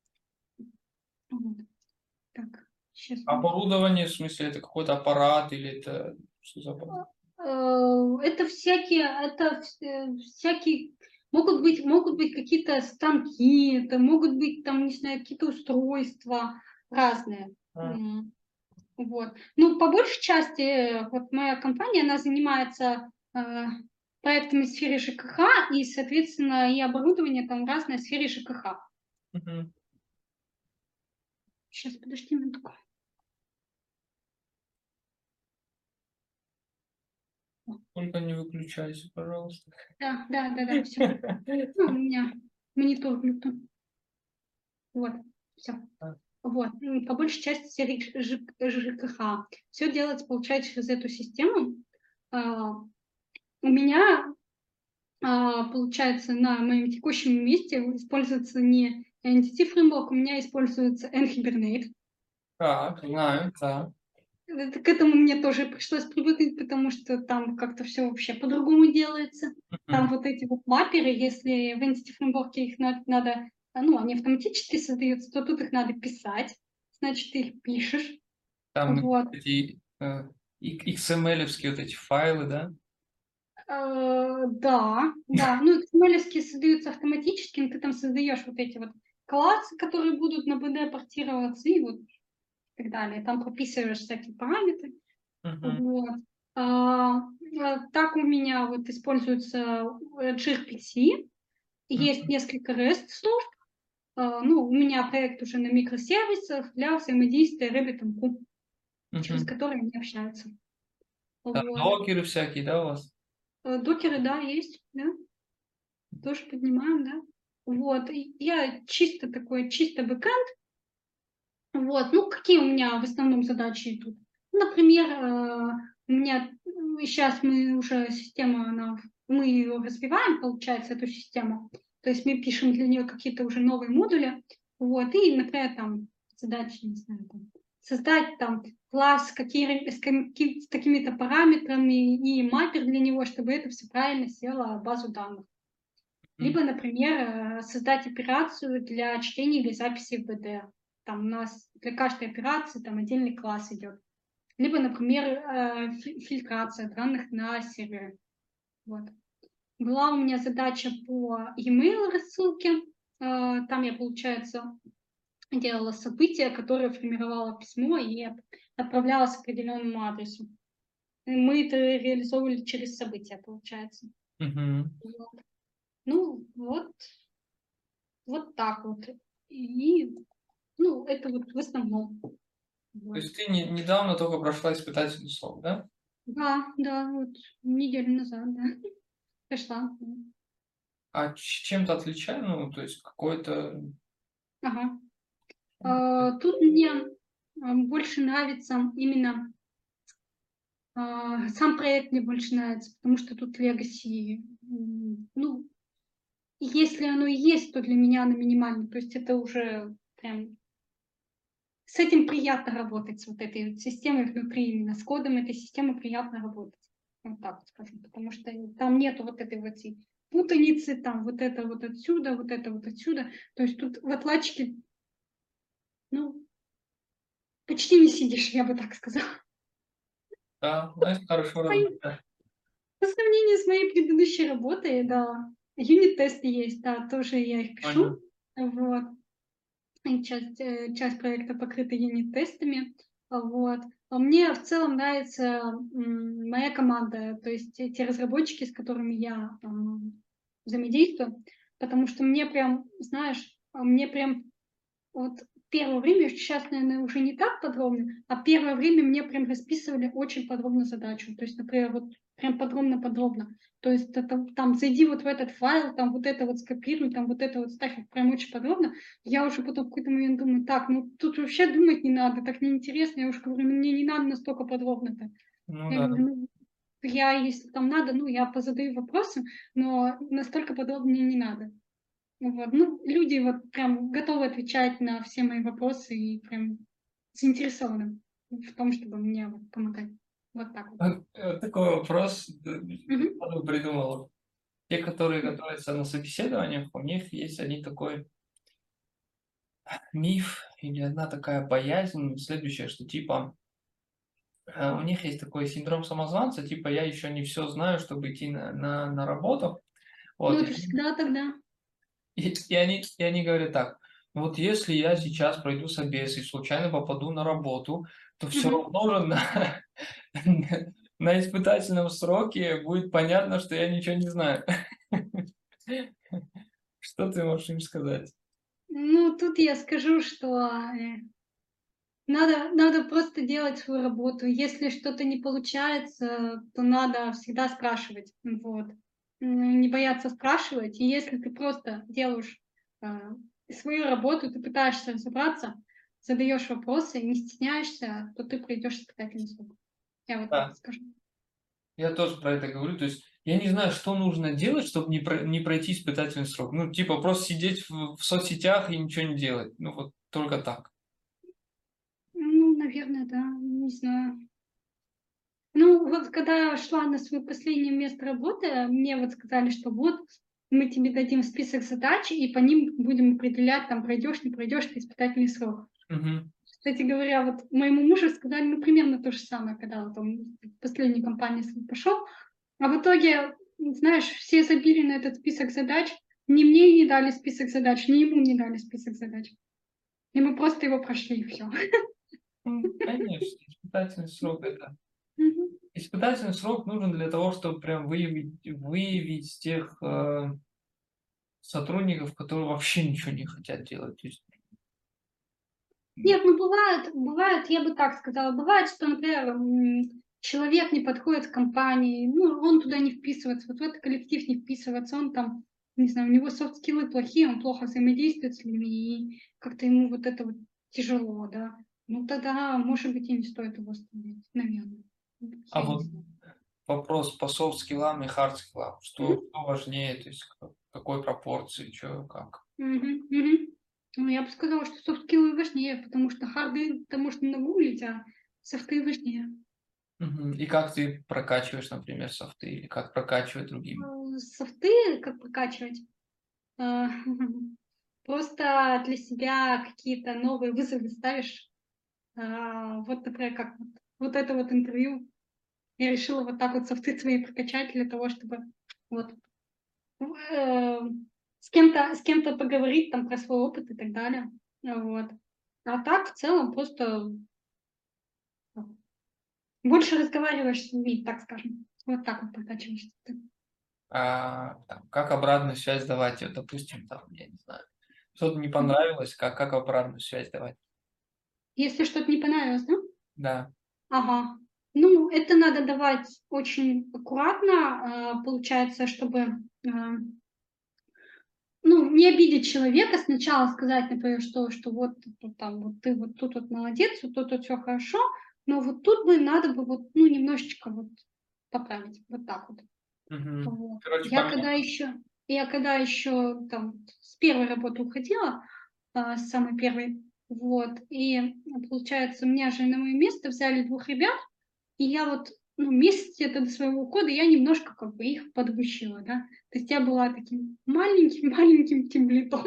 вот. Так, сейчас. Оборудование, в смысле, это какой-то аппарат или это что за аппарат? Э, Это всякие, это вс- э, всякие, могут быть, могут быть какие-то станки, это могут быть там, не знаю, какие-то устройства разные. А, М, Вот. Ну, по большей части, э, вот моя компания, она занимается э, проектами в сфере ЖКХ, и, соответственно, и оборудование там разное в сфере ЖКХ. мгм. Сейчас, подожди минутку. Только не выключайся, пожалуйста. Да, да, да, да, все. Ну, у меня монитор Bluetooth. Вот, все. Вот, м, по большей части сфере Ж- ЖКХ. Все делается, получается, через эту систему. А, У меня, а, получается, на моем текущем месте используется не Entity Framework, у меня используется N-Hibernate. Так, знаю, да. Это- К этому мне тоже пришлось привыкнуть, потому что там как-то все вообще по-другому делается. Там Мгм. вот эти вот мапперы, если в Entity Framework их на- надо, а, ну, они автоматически создаются, то тут их надо писать, значит, ты их пишешь. Там Вот. эти э, икс эм эль-овские вот эти файлы, да? Э, Да, да. Ну, икс эм эль-овские создаются автоматически, но ты там создаешь вот эти вот классы, которые будут на би ди портироваться и вот так далее. Там прописываешь всякие параметры. Мгм. Вот. А, а, Так у меня вот используется джи ар пи си, есть Мгм. несколько REST-служб. А, Ну, у меня проект уже на микросервисах для взаимодействия RabbitMQ, через Мгм. который они общаются. Там Вот. докеры всякие, да, у вас? Э, Докеры, да, есть, да. Тоже поднимаем, да. Вот, и я чисто такой, чисто бэкэнд. Вот, ну, какие у меня в основном задачи идут? Например, э, у меня сейчас мы уже система, она, мы ее развиваем, получается, эту систему. То есть мы пишем для нее какие-то уже новые модули. Вот, и, например, там задачи, не знаю, там, создать там класс какие, с, какими- с какими-то параметрами и маппер для него, чтобы это все правильно село в базу данных. Мгм. Либо, например, э, создать операцию для чтения или записи в би ди. Там у нас для каждой операции там отдельный класс идет. Либо, например, э, фильтрация данных на сервере. Вот. была у меня задача по e-mail рассылке. Э, Там я, получается, делала событие, которое формировало письмо и от- отправлялось к определенному адресу. И мы это реализовывали через события, получается. Мгм. Вот. Ну, вот, вот так вот. И, ну, это вот в основном. То Вот. есть ты не- недавно только прошла испытательный срок, да? Да, да, вот неделю назад, да, пришла. А ч- чем-то отличаю, ну, то есть какой-то... Ага. А, Тут мне а, больше нравится именно а, сам проект мне больше нравится, потому что тут legacy, м, ну, если оно и есть, то для меня оно минимально. То есть это уже прям с этим приятно работать, с вот этой вот системой внутри, именно с кодом этой системы приятно работать. Вот так вот скажем. Потому что там нету вот этой вот и путаницы, там вот это вот отсюда, вот это вот отсюда. То есть тут в отладчике, ну, почти не сидишь, я бы так сказала. Да, знаешь, хорошо работает. По сравнению с моей предыдущей работой, да, юнит-тесты есть, да, тоже я их Понял. пишу. Вот. И часть, э, часть проекта покрыта юнит-тестами. А, вот. А мне в целом нравится м, моя команда, то есть те разработчики, с которыми я ам, взаимодействую, потому что мне прям, знаешь, а, мне прям вот первое время, сейчас, наверное, уже не так подробно, а первое время мне прям расписывали очень подробно задачу. То есть, например, вот прям подробно-подробно. То есть это, там зайди вот в этот файл, там вот это вот скопируй, там вот это вот ставь, вот прям очень подробно. Я уже потом в какой-то момент думаю, так, ну тут вообще думать не надо, так неинтересно. Я уже говорю, ну, мне не надо настолько подробно-то. Ну Я да. говорю, ну, я, если там надо, ну, я позадаю вопросы, но настолько подробно мне не надо. Вот. Ну, люди вот прям готовы отвечать на все мои вопросы и прям заинтересованы в том, чтобы мне вот помогать. Вот так вот. А, э, Такой вопрос э, Мгм. сразу придумал. Те, которые готовятся на собеседованиях, у них есть они такой миф или одна такая боязнь, следующее, что типа э, у них есть такой синдром самозванца, типа я еще не все знаю, чтобы идти на, на, на работу. Ну, Вот, и это они, всегда тогда. и, и они, и они говорят так, «Ну вот если я сейчас пройду собес и случайно попаду на работу, то все Мгм. равно же на, на испытательном сроке будет понятно, что я ничего не знаю». Что ты можешь им сказать? Ну, тут я скажу, что э, надо, надо просто делать свою работу. Если что-то не получается, то надо всегда спрашивать. Вот. М, Не бояться спрашивать. И если ты просто делаешь э, свою работу, ты пытаешься разобраться, задаешь вопросы, не стесняешься, то ты пройдешь испытательный срок. Я вот так Да, скажу. я тоже про это говорю. То есть я не знаю, что нужно делать, чтобы не, про- не пройти испытательный срок. Ну, типа просто сидеть в, в соцсетях и ничего не делать. Ну, вот только так. Ну, наверное, да, не знаю. Ну, вот когда я шла на свое последнее место работы, мне вот сказали, что вот мы тебе дадим список задач, и по ним будем определять, там пройдешь, не пройдешь ты испытательный срок. Мгм. Кстати говоря, вот моему мужу сказали, ну, примерно то же самое, когда вот он в последней компании свою пошел. А в итоге, знаешь, все забили на этот список задач. Ни мне не дали список задач, ни ему не дали список задач. И мы просто его прошли, и все. Ну, конечно, испытательный срок это. Испытательный срок нужен для того, чтобы прям выявить, выявить тех э, сотрудников, которые вообще ничего не хотят делать. То есть, Нет, ну бывает, бывает, я бы так сказала, бывает, что, например, м, человек не подходит к компании, ну, он туда не вписывается, вот в этот коллектив не вписывается, он там, не знаю, у него софт-скиллы плохие, он плохо взаимодействует с людьми, и как-то ему вот это вот тяжело, да. Ну, тогда, может быть, и не стоит его оставлять, наверное. а Я не вот знаю. вопрос по софт-скиллам и хард-скиллам. Что, Мгм, что важнее, то есть к- какой пропорции, что, как? мгм, мгм. Ну, я бы сказала, что софт-скиллы важнее, потому что харды это можно нагуглить, а софты важнее. Мгм. И как ты прокачиваешь, например, софты, или как прокачивать другим? Э, Софты как прокачивать? Э, Просто для себя какие-то новые вызовы ставишь. А, Вот, например, как вот, вот это вот интервью. Я решила вот так вот софты свои прокачать для того, чтобы вот. э, с кем-то с кем-то поговорить там про свой опыт и так далее. Вот. А так, в целом, просто больше разговариваешь с людьми, так скажем. Вот так вот прокачиваешься ты. А, там, как обратную связь давать? Вот, допустим, там, я не знаю, что-то не Мгм. понравилось, как, как обратную связь давать? Если что-то не понравилось, да? Да. Ага. Ну, это надо давать очень аккуратно, а, получается, чтобы, а, ну, не обидеть человека. Сначала сказать, например, что что вот вот там вот ты вот тут вот молодец, вот тут вот всё хорошо, но вот тут бы надо бы вот, ну, немножечко вот поправить. Вот так вот. Мгм. Вот. Короче, Я когда поменять. еще я когда еще там с первой работы уходила, а, с самой первой, вот, и получается, меня же на моё место взяли двух ребят, и я вот, ну, месяц где-то до своего ухода я немножко как бы их подбочила, да. То есть я была таким маленьким-маленьким тимлидом.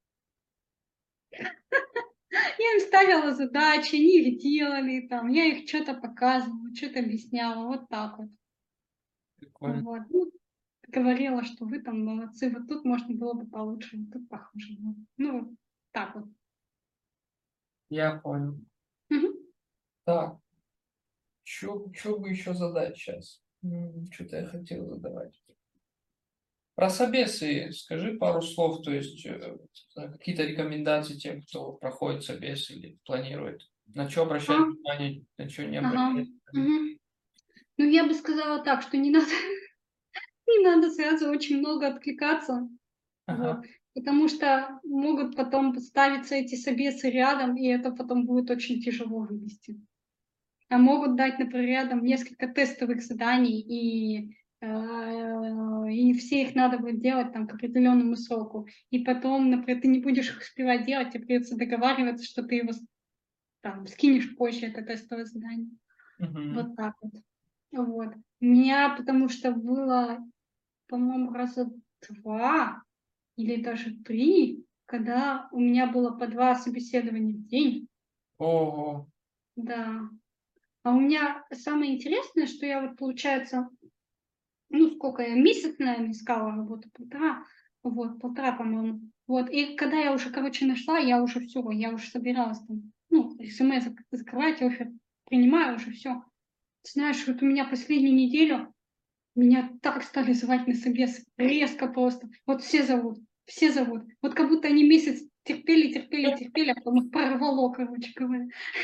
Я им ставила задачи, они их делали, там, я их чё-то показывала, чё-то объясняла, вот так вот. Прикольно. Вот. Ну, говорила, что вы там молодцы, вот тут можно было бы получше, вот тут похуже. Вот. Ну, так вот. Я понял. Мгм. Так, что бы еще задать сейчас? Что-то я хотел задавать. Про собесы скажи пару слов, то есть э, какие-то рекомендации тем, кто проходит собес или планирует. На что А, обращать внимание, на что не ага. обращать. Мгм. Ну, я бы сказала так, что не надо не надо сразу очень много откликаться, вот, Ага. потому что могут потом ставиться эти собесы рядом, и это потом будет очень тяжело вывести. А могут дать, например, рядом несколько тестовых заданий, и, э, и все их надо будет делать там к определенному сроку. И потом, например, ты не будешь их успевать делать, тебе придется договариваться, что ты его с там скинешь позже, это тестовое задание. Мгм. Вот так вот. Вот. У меня потому что было, по-моему, раза два или даже три, когда у меня было по два собеседования в день. Ого. Да. А у меня самое интересное, что я вот, получается, ну, сколько я, месяц, наверное, искала работу, полтора, вот, полтора, по-моему. Вот, и когда я уже, короче, нашла, я уже всё, я уже собиралась там, ну, резюме зак закрывать, оффер принимаю уже, всё. Ты знаешь, вот у меня последнюю неделю меня так стали звать на собес, резко просто. Вот все зовут, все зовут. Вот как будто они месяц терпели, терпели, терпели, а потом их прорвало, короче говоря.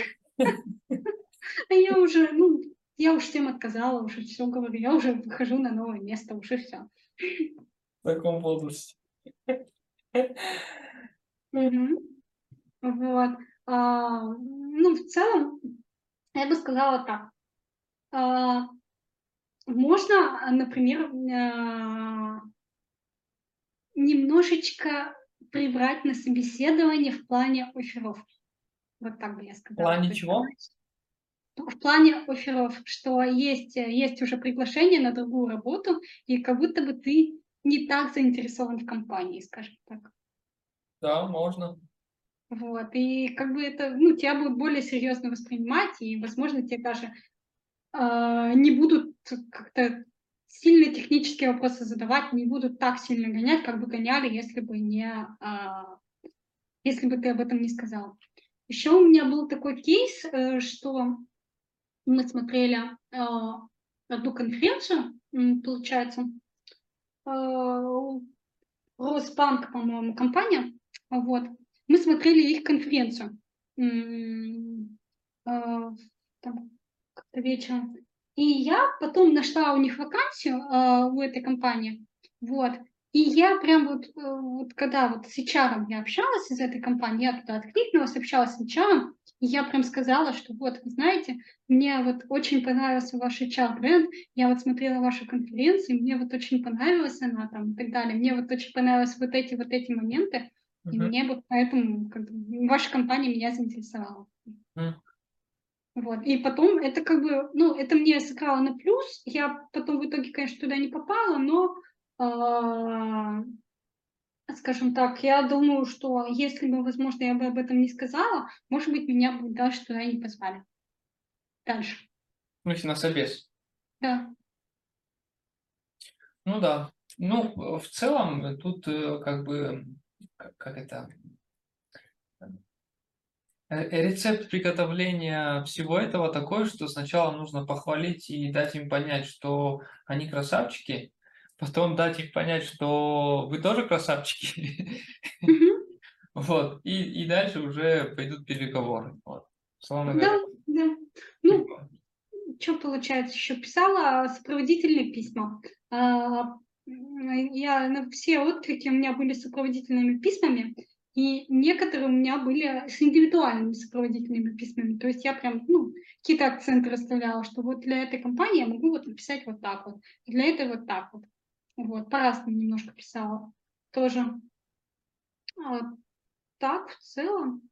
А я уже, ну, я уж всем отказала, уже всё говорю, я уже выхожу на новое место, уже всё. В таком возрасте. Мгм. Вот. А, ну, в целом, я бы сказала так. А, можно, а, например, а, немножечко прибрать на собеседовании в плане офферов. Вот так бы я В сказала. плане То есть чего? сказать, ну, в плане офферов, что есть, э, есть уже приглашение на другую работу, и как будто бы ты не так заинтересован в компании, скажем так. Да, можно. Вот. И как бы это, ну, тебя будут более серьезно воспринимать, и, возможно, тебе даже а, не будут как-то сильно технические вопросы задавать, не будут так сильно гонять, как бы гоняли, если бы не, а, если бы ты об этом не сказал. Еще у меня был такой кейс, э, что мы смотрели, а, одну конференцию, м, получается, а, Росбанк, по-моему, компания. Вот. Мы смотрели их конференцию. М, а, там как-то вечером. И я потом нашла у них вакансию, а, у этой компании. Вот. И я прям вот, э, вот когда вот с эйч ар я общалась из этой компании, я туда откликнулась, общалась с эйч ар, и я прям сказала, что вот, вы знаете, мне вот очень понравился ваш эйч ар-бренд, я вот смотрела вашу конференцию, мне вот очень понравилась она там и так далее. Мне вот очень понравились вот эти вот эти моменты, и Мгм. мне вот поэтому как бы ваша компания меня заинтересовала. М. Вот. И потом это как бы, ну, это мне сыграло на плюс. Я потом в итоге, конечно, туда не попала, но, а, скажем так, я думаю, что если бы, возможно, я бы об этом не сказала, может быть, меня бы дальше туда и не позвали. Дальше. В смысле, на собес. Да. Ну да. Ну, в целом, э, тут э, как бы, как, как это, э, рецепт приготовления всего этого такой, что сначала нужно похвалить и дать им понять, что они красавчики, потом дать им понять, что вы тоже красавчики, Мгм. вот, и, и дальше уже пойдут переговоры, вот, условно Да, говоря. да. Ну, Типа, что получается, еще писала сопроводительные письма. А, м, Я на все отклики у меня были с сопроводительными письмами, и некоторые у меня были с индивидуальными сопроводительными письмами. То есть я прям, ну, какие-то акценты расставляла, что вот для этой компании я могу вот написать вот так вот, для этой вот так вот. Вот, по-разному немножко писала тоже. А так, в целом,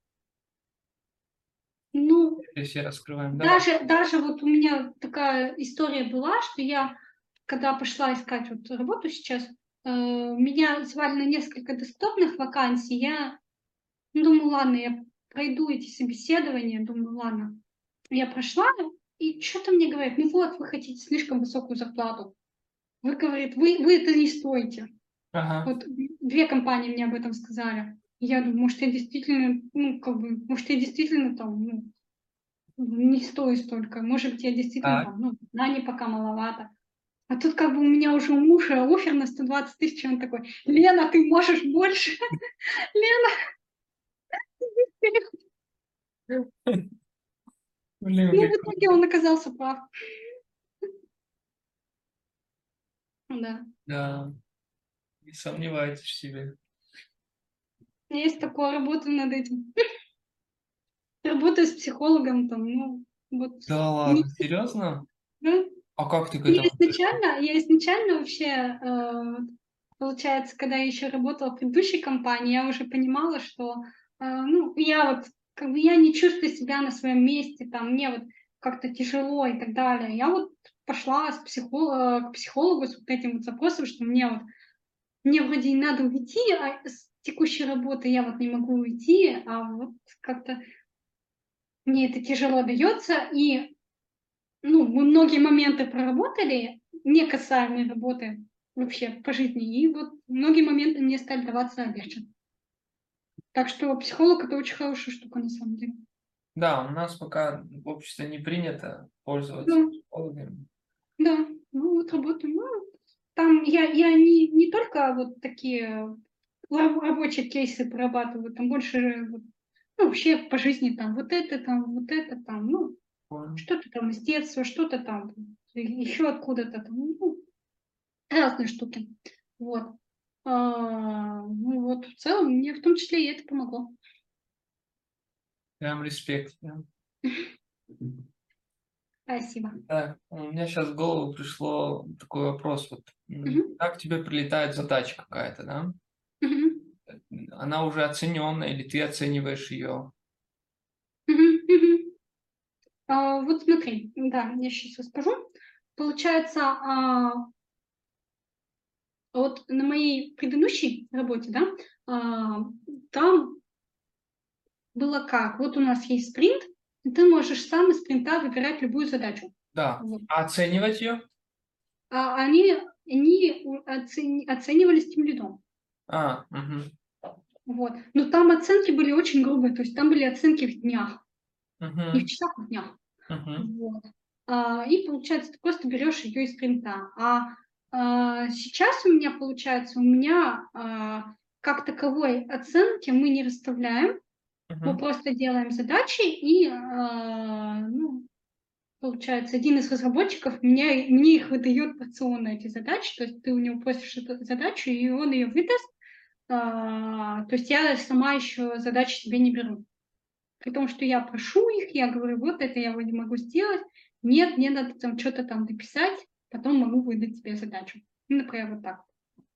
ну, если все раскрываем, давай. Даже, даже вот у меня такая история была, что я, когда пошла искать вот работу сейчас, э, меня звали на несколько десктопных вакансий. Я ну, думаю, ладно, я пройду эти собеседования. Думаю, ладно. Я прошла, и что-то мне говорят, ну вот, вы хотите слишком высокую зарплату. Вы, говорит, вы, вы это не стоите. Ага. Вот две компании мне об этом сказали. И я думаю, может, я действительно, ну, как бы, может, я действительно там, ну, не стою столько. Может быть, я действительно Так. там, ну, знаний пока маловато. А тут как бы у меня уже у мужа оффер на сто двадцать тысяч, он такой, Лена, ты можешь больше? Лена, Блин, ну, в прикольно. итоге он оказался прав. Да. Да, не сомневайтесь в себе. Есть такое, работаю над этим. Работаю с психологом там, ну, вот. Да Не, ладно, серьезно? да. А как ты к Я этому пришла? изначально, я изначально вообще, э, получается, когда я еще работала в предыдущей компании, я уже понимала, что, э, ну, я вот, как бы я не чувствую себя на своем месте, там, мне вот как-то тяжело и так далее. Я вот пошла с психолога, к психологу с вот этим вот запросом, что мне вот, мне вроде и надо уйти, а с текущей работы я вот не могу уйти, а вот как-то мне это тяжело дается, и ну, мы многие моменты проработали, не касаемые работы вообще по жизни, и вот многие моменты мне стали даваться легче. Так что психолог — это очень хорошая штука на самом деле. Да, у нас пока в обществе не принято Да, пользоваться психологами. да, ну вот работаю. Ну, там я, я не, не только вот такие раб- рабочие кейсы прорабатываю, там больше вот, ну, вообще по жизни там вот это там, вот это там, ну, Понял. что-то там из детства, что-то там еще откуда-то там, ну, разные штуки. Вот. А, ну вот, в целом, мне в том числе и это помогло. Прям респект. Прям. Спасибо. Так, у меня сейчас в голову пришло такой вопрос. Вот, м, Мгм. как тебе прилетает задача какая-то, да? Мгм. Она уже оцененная или ты оцениваешь ее? Мгм. Мгм. А, вот смотри, да, я сейчас расскажу. Получается, а, вот на моей предыдущей работе, да, а, там было как? Вот у нас есть спринт, и ты можешь сам из спринта выбирать любую задачу. Да. Вот. А оценивать ее? А они, они у- оцени- оценивались тимлидом. А, угу, Вот. Но там оценки были очень грубые, то есть там были оценки в днях, не в угу, часах, а в днях. угу, Вот. А, и получается, ты просто берешь ее из принта. А, а сейчас у меня получается, у меня а, как таковой оценки мы не расставляем, мы угу. просто делаем задачи, и а, ну, получается, один из разработчиков мне, мне их выдает порционно, эти задачи, то есть ты у него просишь эту задачу, и он ее выдаст. А, то есть я сама еще задачи себе не беру. При том, что я прошу их, я говорю, вот это я вроде могу сделать. Нет, мне надо там что-то там дописать, потом могу выдать тебе задачу. Ну, например, вот так.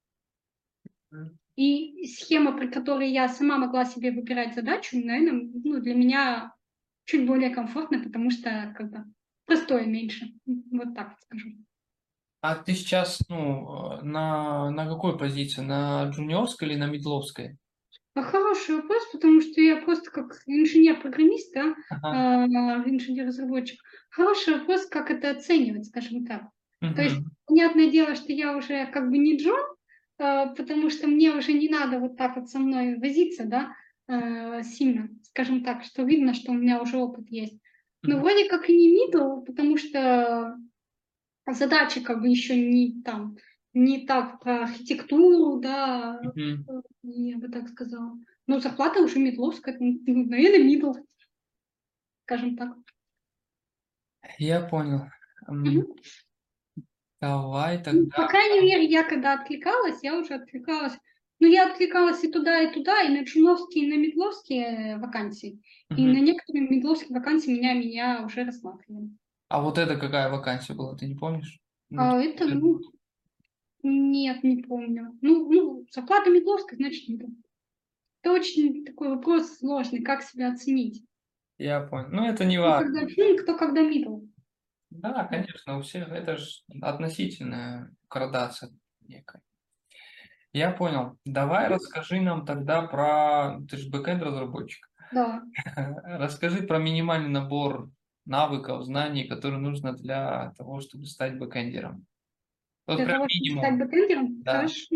И схема, при которой я сама могла себе выбирать задачу, наверное, ну, для меня чуть более комфортно, потому что как бы простое меньше. Вот так скажу. А ты сейчас, ну, э, на, на какой позиции? На джуниорской или на мидловской? А хороший вопрос, потому что я просто как инженер-программист, да, Ага. а, инженер-разработчик. Хороший вопрос, как это оценивать, скажем так. То есть, Угу. понятное дело, что я уже как бы не Джон, э, потому что мне уже не надо вот так вот со мной возиться, да, э, сильно, скажем так, что видно, что у меня уже опыт есть. Но Мгм. вроде как и не middle, потому что задачи как бы еще не там, не так про архитектуру, да, Мгм. э, я бы так сказала. Но зарплата уже медловская, ну, наверное, middle, скажем так. Я понял. М, Мгм. Давай Ну, тогда. по крайней мере, я когда откликалась, я уже откликалась. Ну, я откликалась и туда, и туда, и на джуновские, и на медловские вакансии. И Мгм. на некоторые медловские вакансии меня, меня уже рассматривали. А вот это какая вакансия была, ты не помнишь? Ну, А это, ну, нет, не помню. Ну, ну зарплата медловская, значит, нет. Это очень такой вопрос сложный, как себя оценить. я понял. Ну, это не Кто важно. когда фильм, кто когда мидл. Да, конечно, у всех это же относительная градация некая. Я понял. Давай расскажи нам тогда про... Ты же бэкэнд разработчик. Да. Расскажи про минимальный набор навыков, знаний, которые нужно для того, чтобы стать бэкэндером. Вот Для прям того, чтобы стать минимум. бэкэндером, Да. хорошо.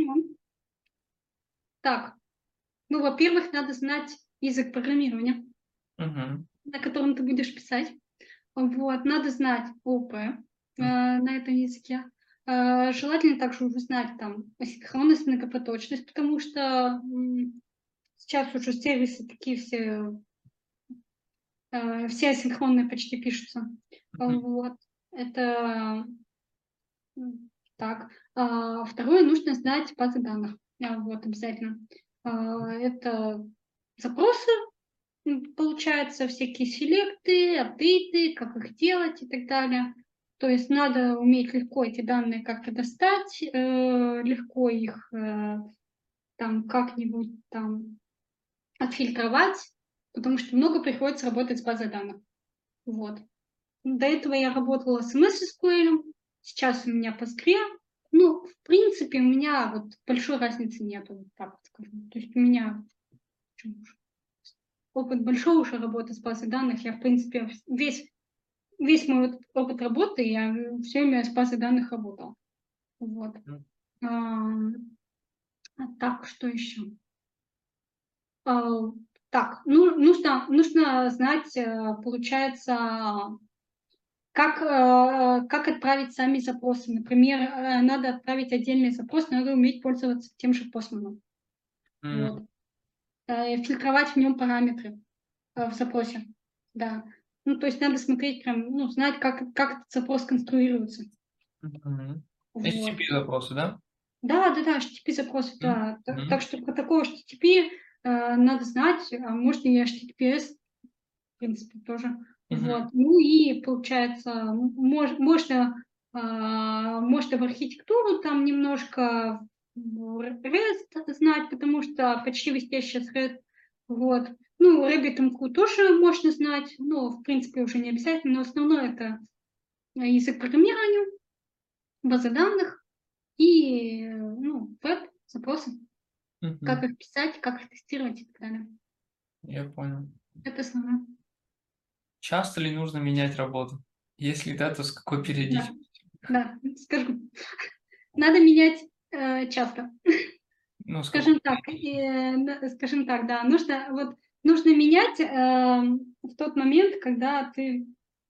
Так, ну, во-первых, надо знать язык программирования, Мгм. на котором ты будешь писать. Вот, надо знать ООП э, М. на этом языке. Э, желательно также уже знать там асинхронность, многопоточность, потому что м, сейчас уже сервисы такие все, э, все асинхронные почти пишутся. Мгм. Вот, это м, так. А, второе, нужно знать базы данных. А, вот, обязательно. А, это запросы, м, получается, всякие селекты, апдейты, как их делать и так далее. То есть надо уметь легко эти данные как-то достать, э, легко их э, там как-нибудь там отфильтровать, потому что много приходится работать с базой данных. Вот. До этого я работала с эм эс эс кью эль, сейчас у меня Postgre. Ну, в принципе, у меня вот большой разницы нету, вот так вот скажу. То есть у меня опыт большой уже работы с базой данных. Я, в принципе, весь, весь мой вот опыт работы, я все время с базой данных работала. Вот. М. А, так, что еще? А, так, ну, нужно, нужно знать, э, получается, как, э, как отправить сами запросы. Например, э, надо отправить отдельный запрос, надо уметь пользоваться тем же Postman. М. Вот. Э, фильтровать в нем параметры э, в запросе. Да. Ну, то есть надо смотреть прям, ну, знать, как, как этот запрос конструируется. Мгм. Вот. эйч ти ти пи запросы, да? Да, да, да, эйч ти ти пи запросы, М. да. Так, так Мгм. что про такого эйч ти ти пи э, надо знать, а можно и эйч ти ти пи эс, в принципе, тоже. Мгм. Вот. Ну и получается, мож, можно, а, можно в архитектуру там немножко в REST знать, потому что почти везде сейчас REST. Вот. Ну, RabbitMQ тоже можно знать, но, в принципе, уже не обязательно, но основное это язык программирования, базы данных и, ну, веб, запросы, как Мгм. их писать, как их тестировать и так далее. Я понял. Это основное. Часто ли нужно менять работу? Если да, то с какой Да, периодичностью? да, скажу. Надо менять э, часто. Ну, с какой Скажем так, э, да, скажем так, да, нужно вот нужно менять э, в тот момент, когда ты,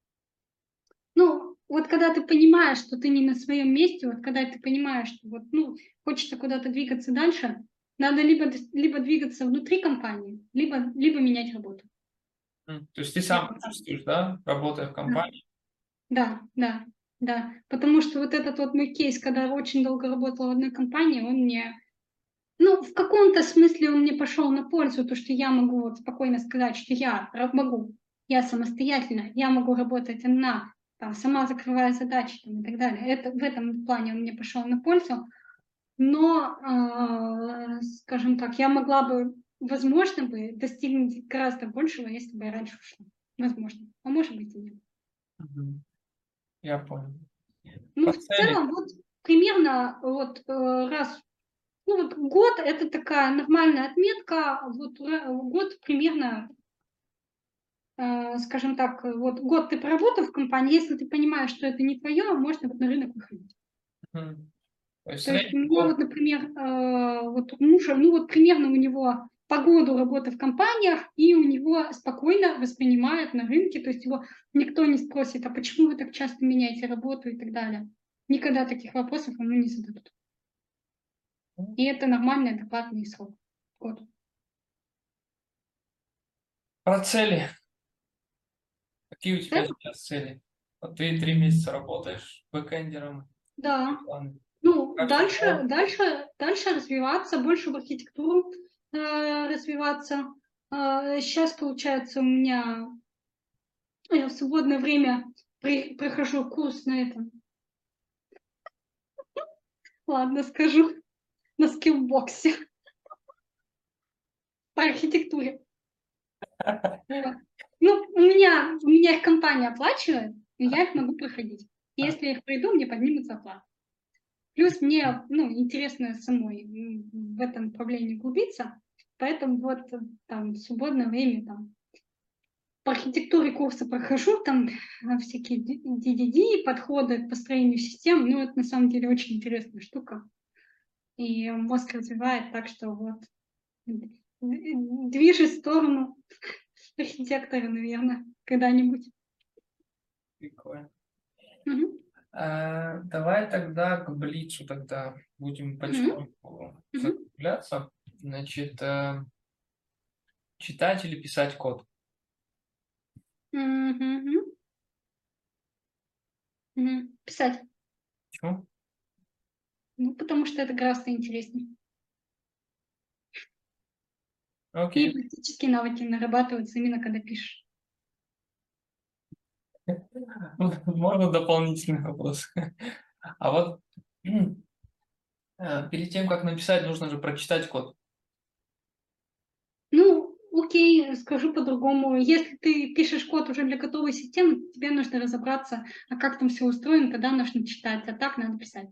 ну, вот когда ты понимаешь, что ты не на своем месте, вот когда ты понимаешь, что вот, ну, хочется куда-то двигаться дальше, надо либо, либо двигаться внутри компании, либо, либо менять работу. М. То есть ты Я сам вот так чувствуешь, да, работая в да, компании? да, да, да. Потому что вот этот вот мой кейс, когда я очень долго работала в одной компании, он мне, ну, в каком-то смысле он мне пошел на пользу, то, что я могу вот спокойно сказать, что я ра- могу, я самостоятельно, я могу работать одна, там, сама закрывая задачи там, и так далее. Это, в этом плане он мне пошел на пользу. Но, э, скажем так, я могла бы, возможно, бы достигнуть гораздо большего, если бы я раньше ушла. Возможно. А может быть и нет. Мгм. Я понял. Ну, По в цели. целом, вот примерно вот э, раз, ну вот год это такая нормальная отметка, вот ра- год примерно, э, скажем так, вот год ты проработал в компании, если ты понимаешь, что это не твое, можно вот на рынок выходить. Мгм. То есть То есть у средний меня год. вот, например, э, вот у мужа, ну вот примерно у него по году работы в компаниях, и у него спокойно воспринимают на рынке, то есть его никто не спросит, а почему вы так часто меняете работу и так далее. Никогда таких вопросов ему не зададут. И это нормальный, адекватный срок. Год. Про цели. Какие у тебя Цель? сейчас цели? Вот ты три месяца работаешь бэкэндером. Да. Планы. Ну, Пока всё дальше, плохо. дальше, дальше развиваться, больше в архитектуру э, развиваться. Э, сейчас, получается, у меня я в свободное время при, прохожу курс на этом. Ладно, скажу. На скиллбоксе по архитектуре. Вот. Ну, у меня, у меня их компания оплачивает, и я их могу проходить. Если я их пройду, мне поднимут зарплату. Плюс мне, ну, интересно самой в этом направлении углубиться, поэтому вот там в свободное время там по архитектуре курсы прохожу, там э, всякие ди ди ди, подходы к построению систем. Ну, это на самом деле очень интересная штука. И мозг развивает так, что вот д- д- движет в сторону архитектора, наверное, когда-нибудь. Прикольно. Мгм. А, давай тогда к Блицу тогда будем Мгм. потихоньку Мгм. закругляться. Значит, э, читать или писать код? Мгм. Мгм. Писать. Почему? Ну, потому что это гораздо интереснее. И Окей. практические навыки нарабатываются именно когда пишешь. Можно дополнительный вопрос. А вот э, перед тем, как написать, нужно же прочитать код. Ну, окей, скажу по-другому. Если ты пишешь код уже для готовой системы, тебе нужно разобраться, а как там все устроено, тогда нужно читать, а так надо писать.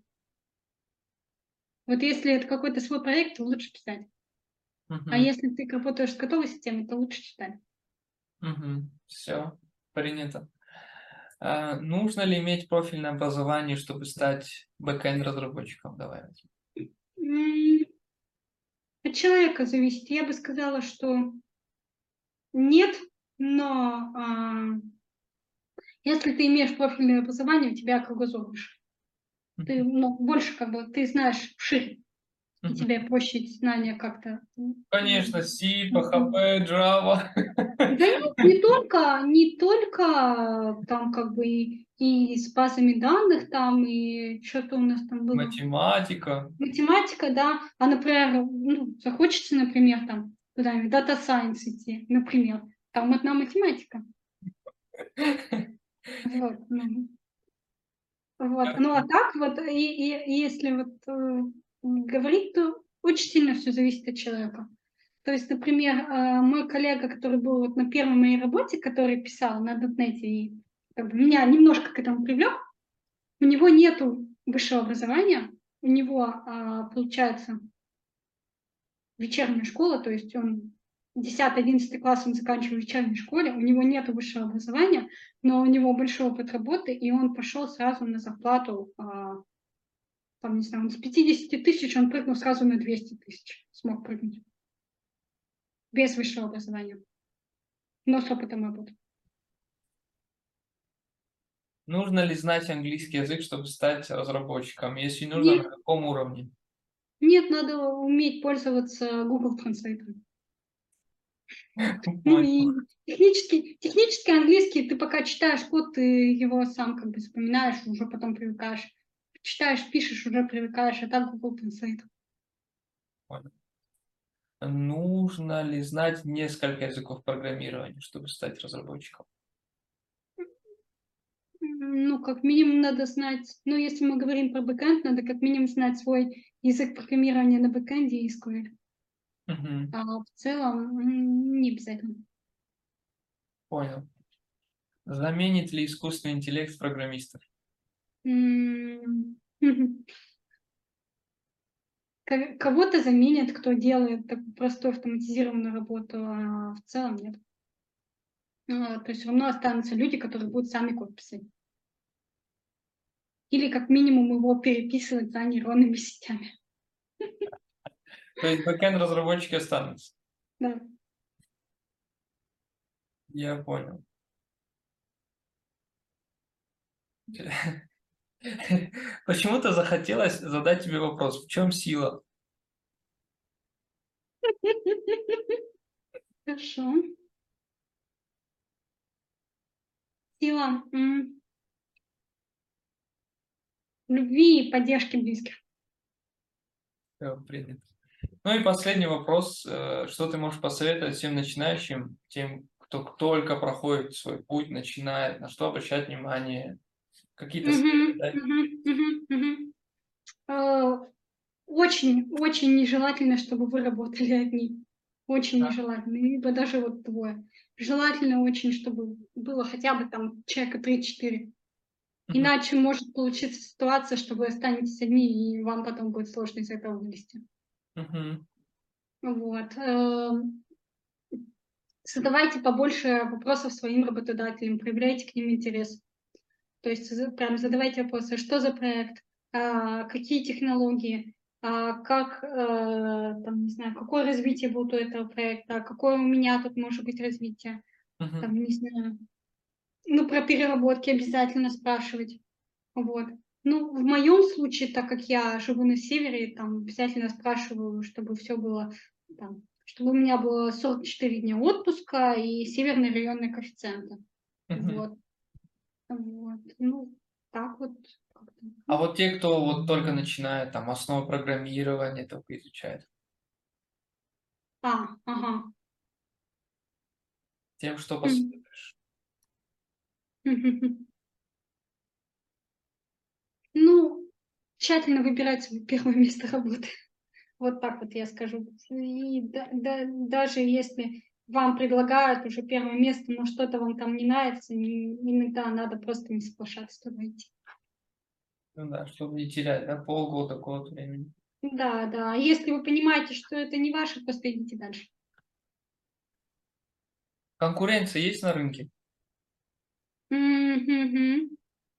Вот если это какой-то свой проект, то лучше писать. А Мгм. если ты работаешь с готовой системой, то лучше читать. Мгм. Все, принято. А, нужно ли иметь профильное образование, чтобы стать бэкэнд-разработчиком? Давай. М, От человека зависит. Я бы сказала, что нет, но а, если ты имеешь профильное образование, у тебя кругозор выше. Ты, Мгм. ну, больше как бы, ты знаешь шире, и Мгм. тебе проще эти знания как-то. Конечно, C, P H P, Java. Да нет, не только, не только там как бы и, и с базами данных там, и что-то у нас там было. Математика. Математика, да, а, например, ну, захочется, например, там куда-нибудь Data Science идти, например, там одна математика. Вот, ну, вот. Ну а так вот, и, и, и если вот э, говорить, то очень сильно все зависит от человека. То есть, например, э, мой коллега, который был вот на первой моей работе, который писал на дотнете и как бы меня немножко к этому привлек, у него нету высшего образования, у него, а, получается, вечерняя школа, то есть он десятый одиннадцатый класс он заканчивал в вечерней школе, у него нет высшего образования, но у него большой опыт работы, и он пошел сразу на зарплату, а, там, не знаю, он с пятидесяти тысяч он прыгнул сразу на двести тысяч, смог прыгнуть, без высшего образования, но с опытом работы. Нужно ли знать английский язык, чтобы стать разработчиком? Если нужно, на Нет, каком уровне? нет, надо уметь пользоваться Google Translate. Ну и Понял. технический, технический английский, ты пока читаешь код, ты его сам как бы запоминаешь, уже потом привыкаешь. Читаешь, пишешь, уже привыкаешь, а так Google Translate. Понял. Нужно ли знать несколько языков программирования, чтобы стать разработчиком? Ну, как минимум надо знать, ну, если мы говорим про бэкэнд, надо как минимум знать свой язык программирования на бэкэнде и эс ку эль. Мгм. А в целом м, не обязательно. Понял. Заменит ли искусственный интеллект программистов? М, ко- Кого-то заменят, кто делает такую простую автоматизированную работу, а в целом нет. А, то есть все равно останутся люди, которые будут сами код писать. или как минимум его переписывать за нейронными сетями. То есть бэкэнд-разработчики останутся? Да. Я понял. Почему-то захотелось задать тебе вопрос: в чем сила? Хорошо. Сила м, любви и поддержки близких. Всё, принято. Ну и последний вопрос. э, Что ты можешь посоветовать всем начинающим, тем, кто только проходит свой путь, начинает, на что обращать внимание? Какие-то советы Мгм, дать? мгм, мгм, мгм. Э, Очень, очень нежелательно, чтобы вы работали одни. Очень Да. нежелательно. Либо даже вот двое. Желательно очень, чтобы было хотя бы там человека три-четыре. Мгм, Иначе может получиться ситуация, что вы останетесь одни, и вам потом будет сложно из этого вылезти. мгм, Вот. Эм, Задавайте побольше вопросов своим работодателям, проявляйте к ним интерес. То есть за- прям задавайте вопросы, что за проект, а, какие технологии, а, как, э, там, не знаю, какое развитие будет у этого проекта, какое у меня тут может быть развитие, мгм. там, не знаю. Ну, про переработки обязательно спрашивать. Вот. Ну, в моем случае, так как я живу на севере, там обязательно спрашиваю, чтобы все было там, чтобы у меня было сорок четыре дня отпуска и северные районные коэффициенты. Мгм. Вот. Вот. Ну, так вот как-то. А вот те, кто вот только начинает, там, основы программирования только изучает, А, ага. тем что М. посоветуешь? Ну, тщательно выбирать свое первое место работы. Вот так вот я скажу. И да да даже если вам предлагают уже первое место, но что-то вам там не нравится, ин иногда надо просто не соглашаться туда идти. Ну да, чтобы не терять, да, полгода, год времени. Да, да. Если вы понимаете, что это не ваше, просто идите дальше. Конкуренция есть на рынке? Мгм.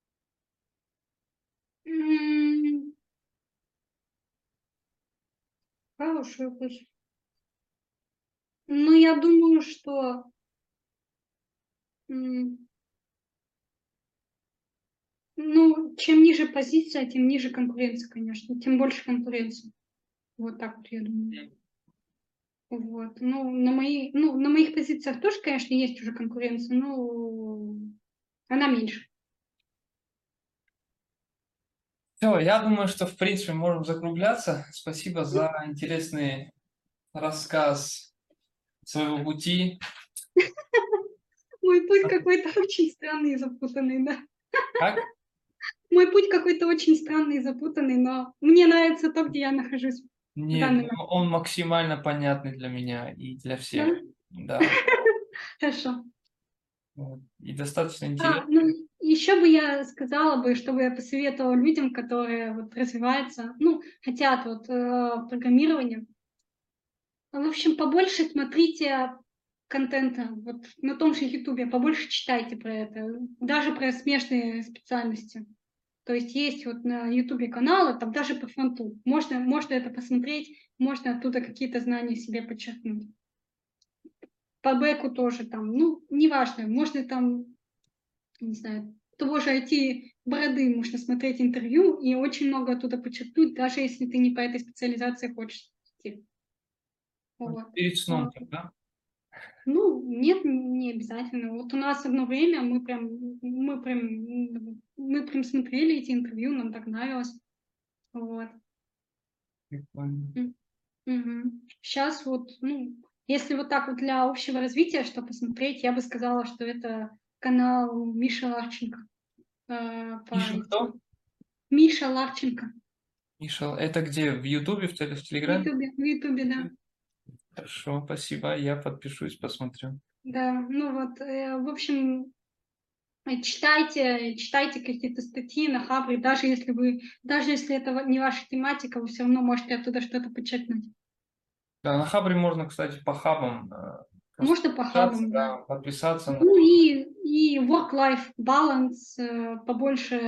М, Хороший вопрос. Ну, я думаю, что, м, ну, чем ниже позиция, тем ниже конкуренция, конечно, тем больше конкуренции. Вот так вот я думаю. М. Вот. Ну, на моей ну, на моих позициях тоже, конечно, есть уже конкуренция, но она меньше. Всё, я думаю, что, в принципе, можем закругляться. Спасибо за интересный рассказ своего пути. Мой путь какой-то очень странный и запутанный, да. Как? Мой путь какой-то очень странный и запутанный, но мне нравится то, где я нахожусь в Нет, данный ну, момент. он максимально понятный для меня и для Да? всех. Да, Хорошо. вот. И достаточно А, интересный. ну, еще бы я сказала бы, чтобы я посоветовала людям, которые вот развиваются, ну, хотят вот, э, программирования. В общем, побольше смотрите контента вот на том же "Ютубе", побольше читайте про это, даже про смежные специальности. То есть есть вот на "Ютубе" каналы, там даже по фронту. Можно можно это посмотреть, можно оттуда какие-то знания себе подчеркнуть. По бэку тоже там, ну, неважно, можно там, не знаю, того же I T-бороды можно смотреть интервью и очень много оттуда подчеркнуть, даже если ты не по этой специализации хочешь идти. Ну, Вот. перед А сном тогда. Ну, нет, не обязательно. Вот у нас одно время мы прям мы прям, м, мы прям смотрели эти интервью, нам так нравилось. Вот. Прикольно. М, мгм. Щас вот, ну, если вот так вот для общего развития что посмотреть, я бы сказала, что это канал Миши Ларченко, э, по Миша I T. кто? Миша Ларченко. Миша, это где? В Ютубе, в теле в В Телеграме? "Ютубе", в "Ютубе", да. Хорошо, спасибо. Я подпишусь, посмотрю. Да, ну вот, э, в общем, Э, читайте читайте какие-то статьи на "Хабре", даже если вы даже если это ва не ваша тематика, вы всё равно можете оттуда что-то почерпнуть. Да, на Хабре можно, кстати, по хабам, э, просто Можно по подписаться, "Хабам", да. да, подписаться на Ну и и work-life balance, э, побольше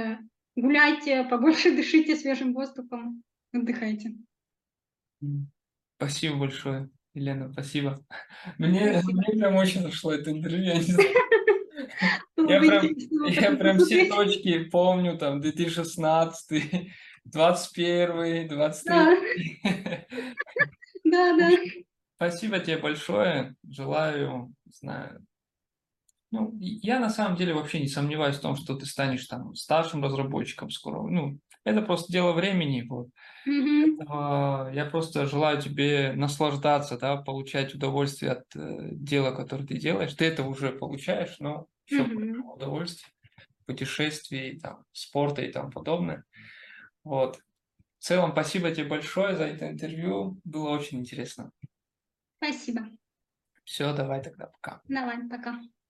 гуляйте, побольше дышите свежим воздухом, отдыхайте. Спасибо большое, Елена, спасибо. Мне, Спасибо. мне прям очень зашло это интервью, я не знаю. Было Я бы прям, интересно вот я так прям все посмотреть. точки помню, там, две тысячи шестнадцатый, двадцать первый, двадцать Да, третий. да, да. Спасибо тебе большое. Желаю, не знаю, ну, и я на самом деле вообще не сомневаюсь в том, что ты станешь там старшим разработчиком скоро. Ну, это просто дело времени. Вот. Мгм. А, Я просто желаю тебе наслаждаться, да, получать удовольствие от э, дела, которое ты делаешь. Ты это уже получаешь, но еще больше Мгм. удовольствия, путешествий, там, спорта и тому подобное. Вот. В целом, спасибо тебе большое за это интервью. Было очень интересно. Спасибо. Все, давай тогда, пока. Давай, пока.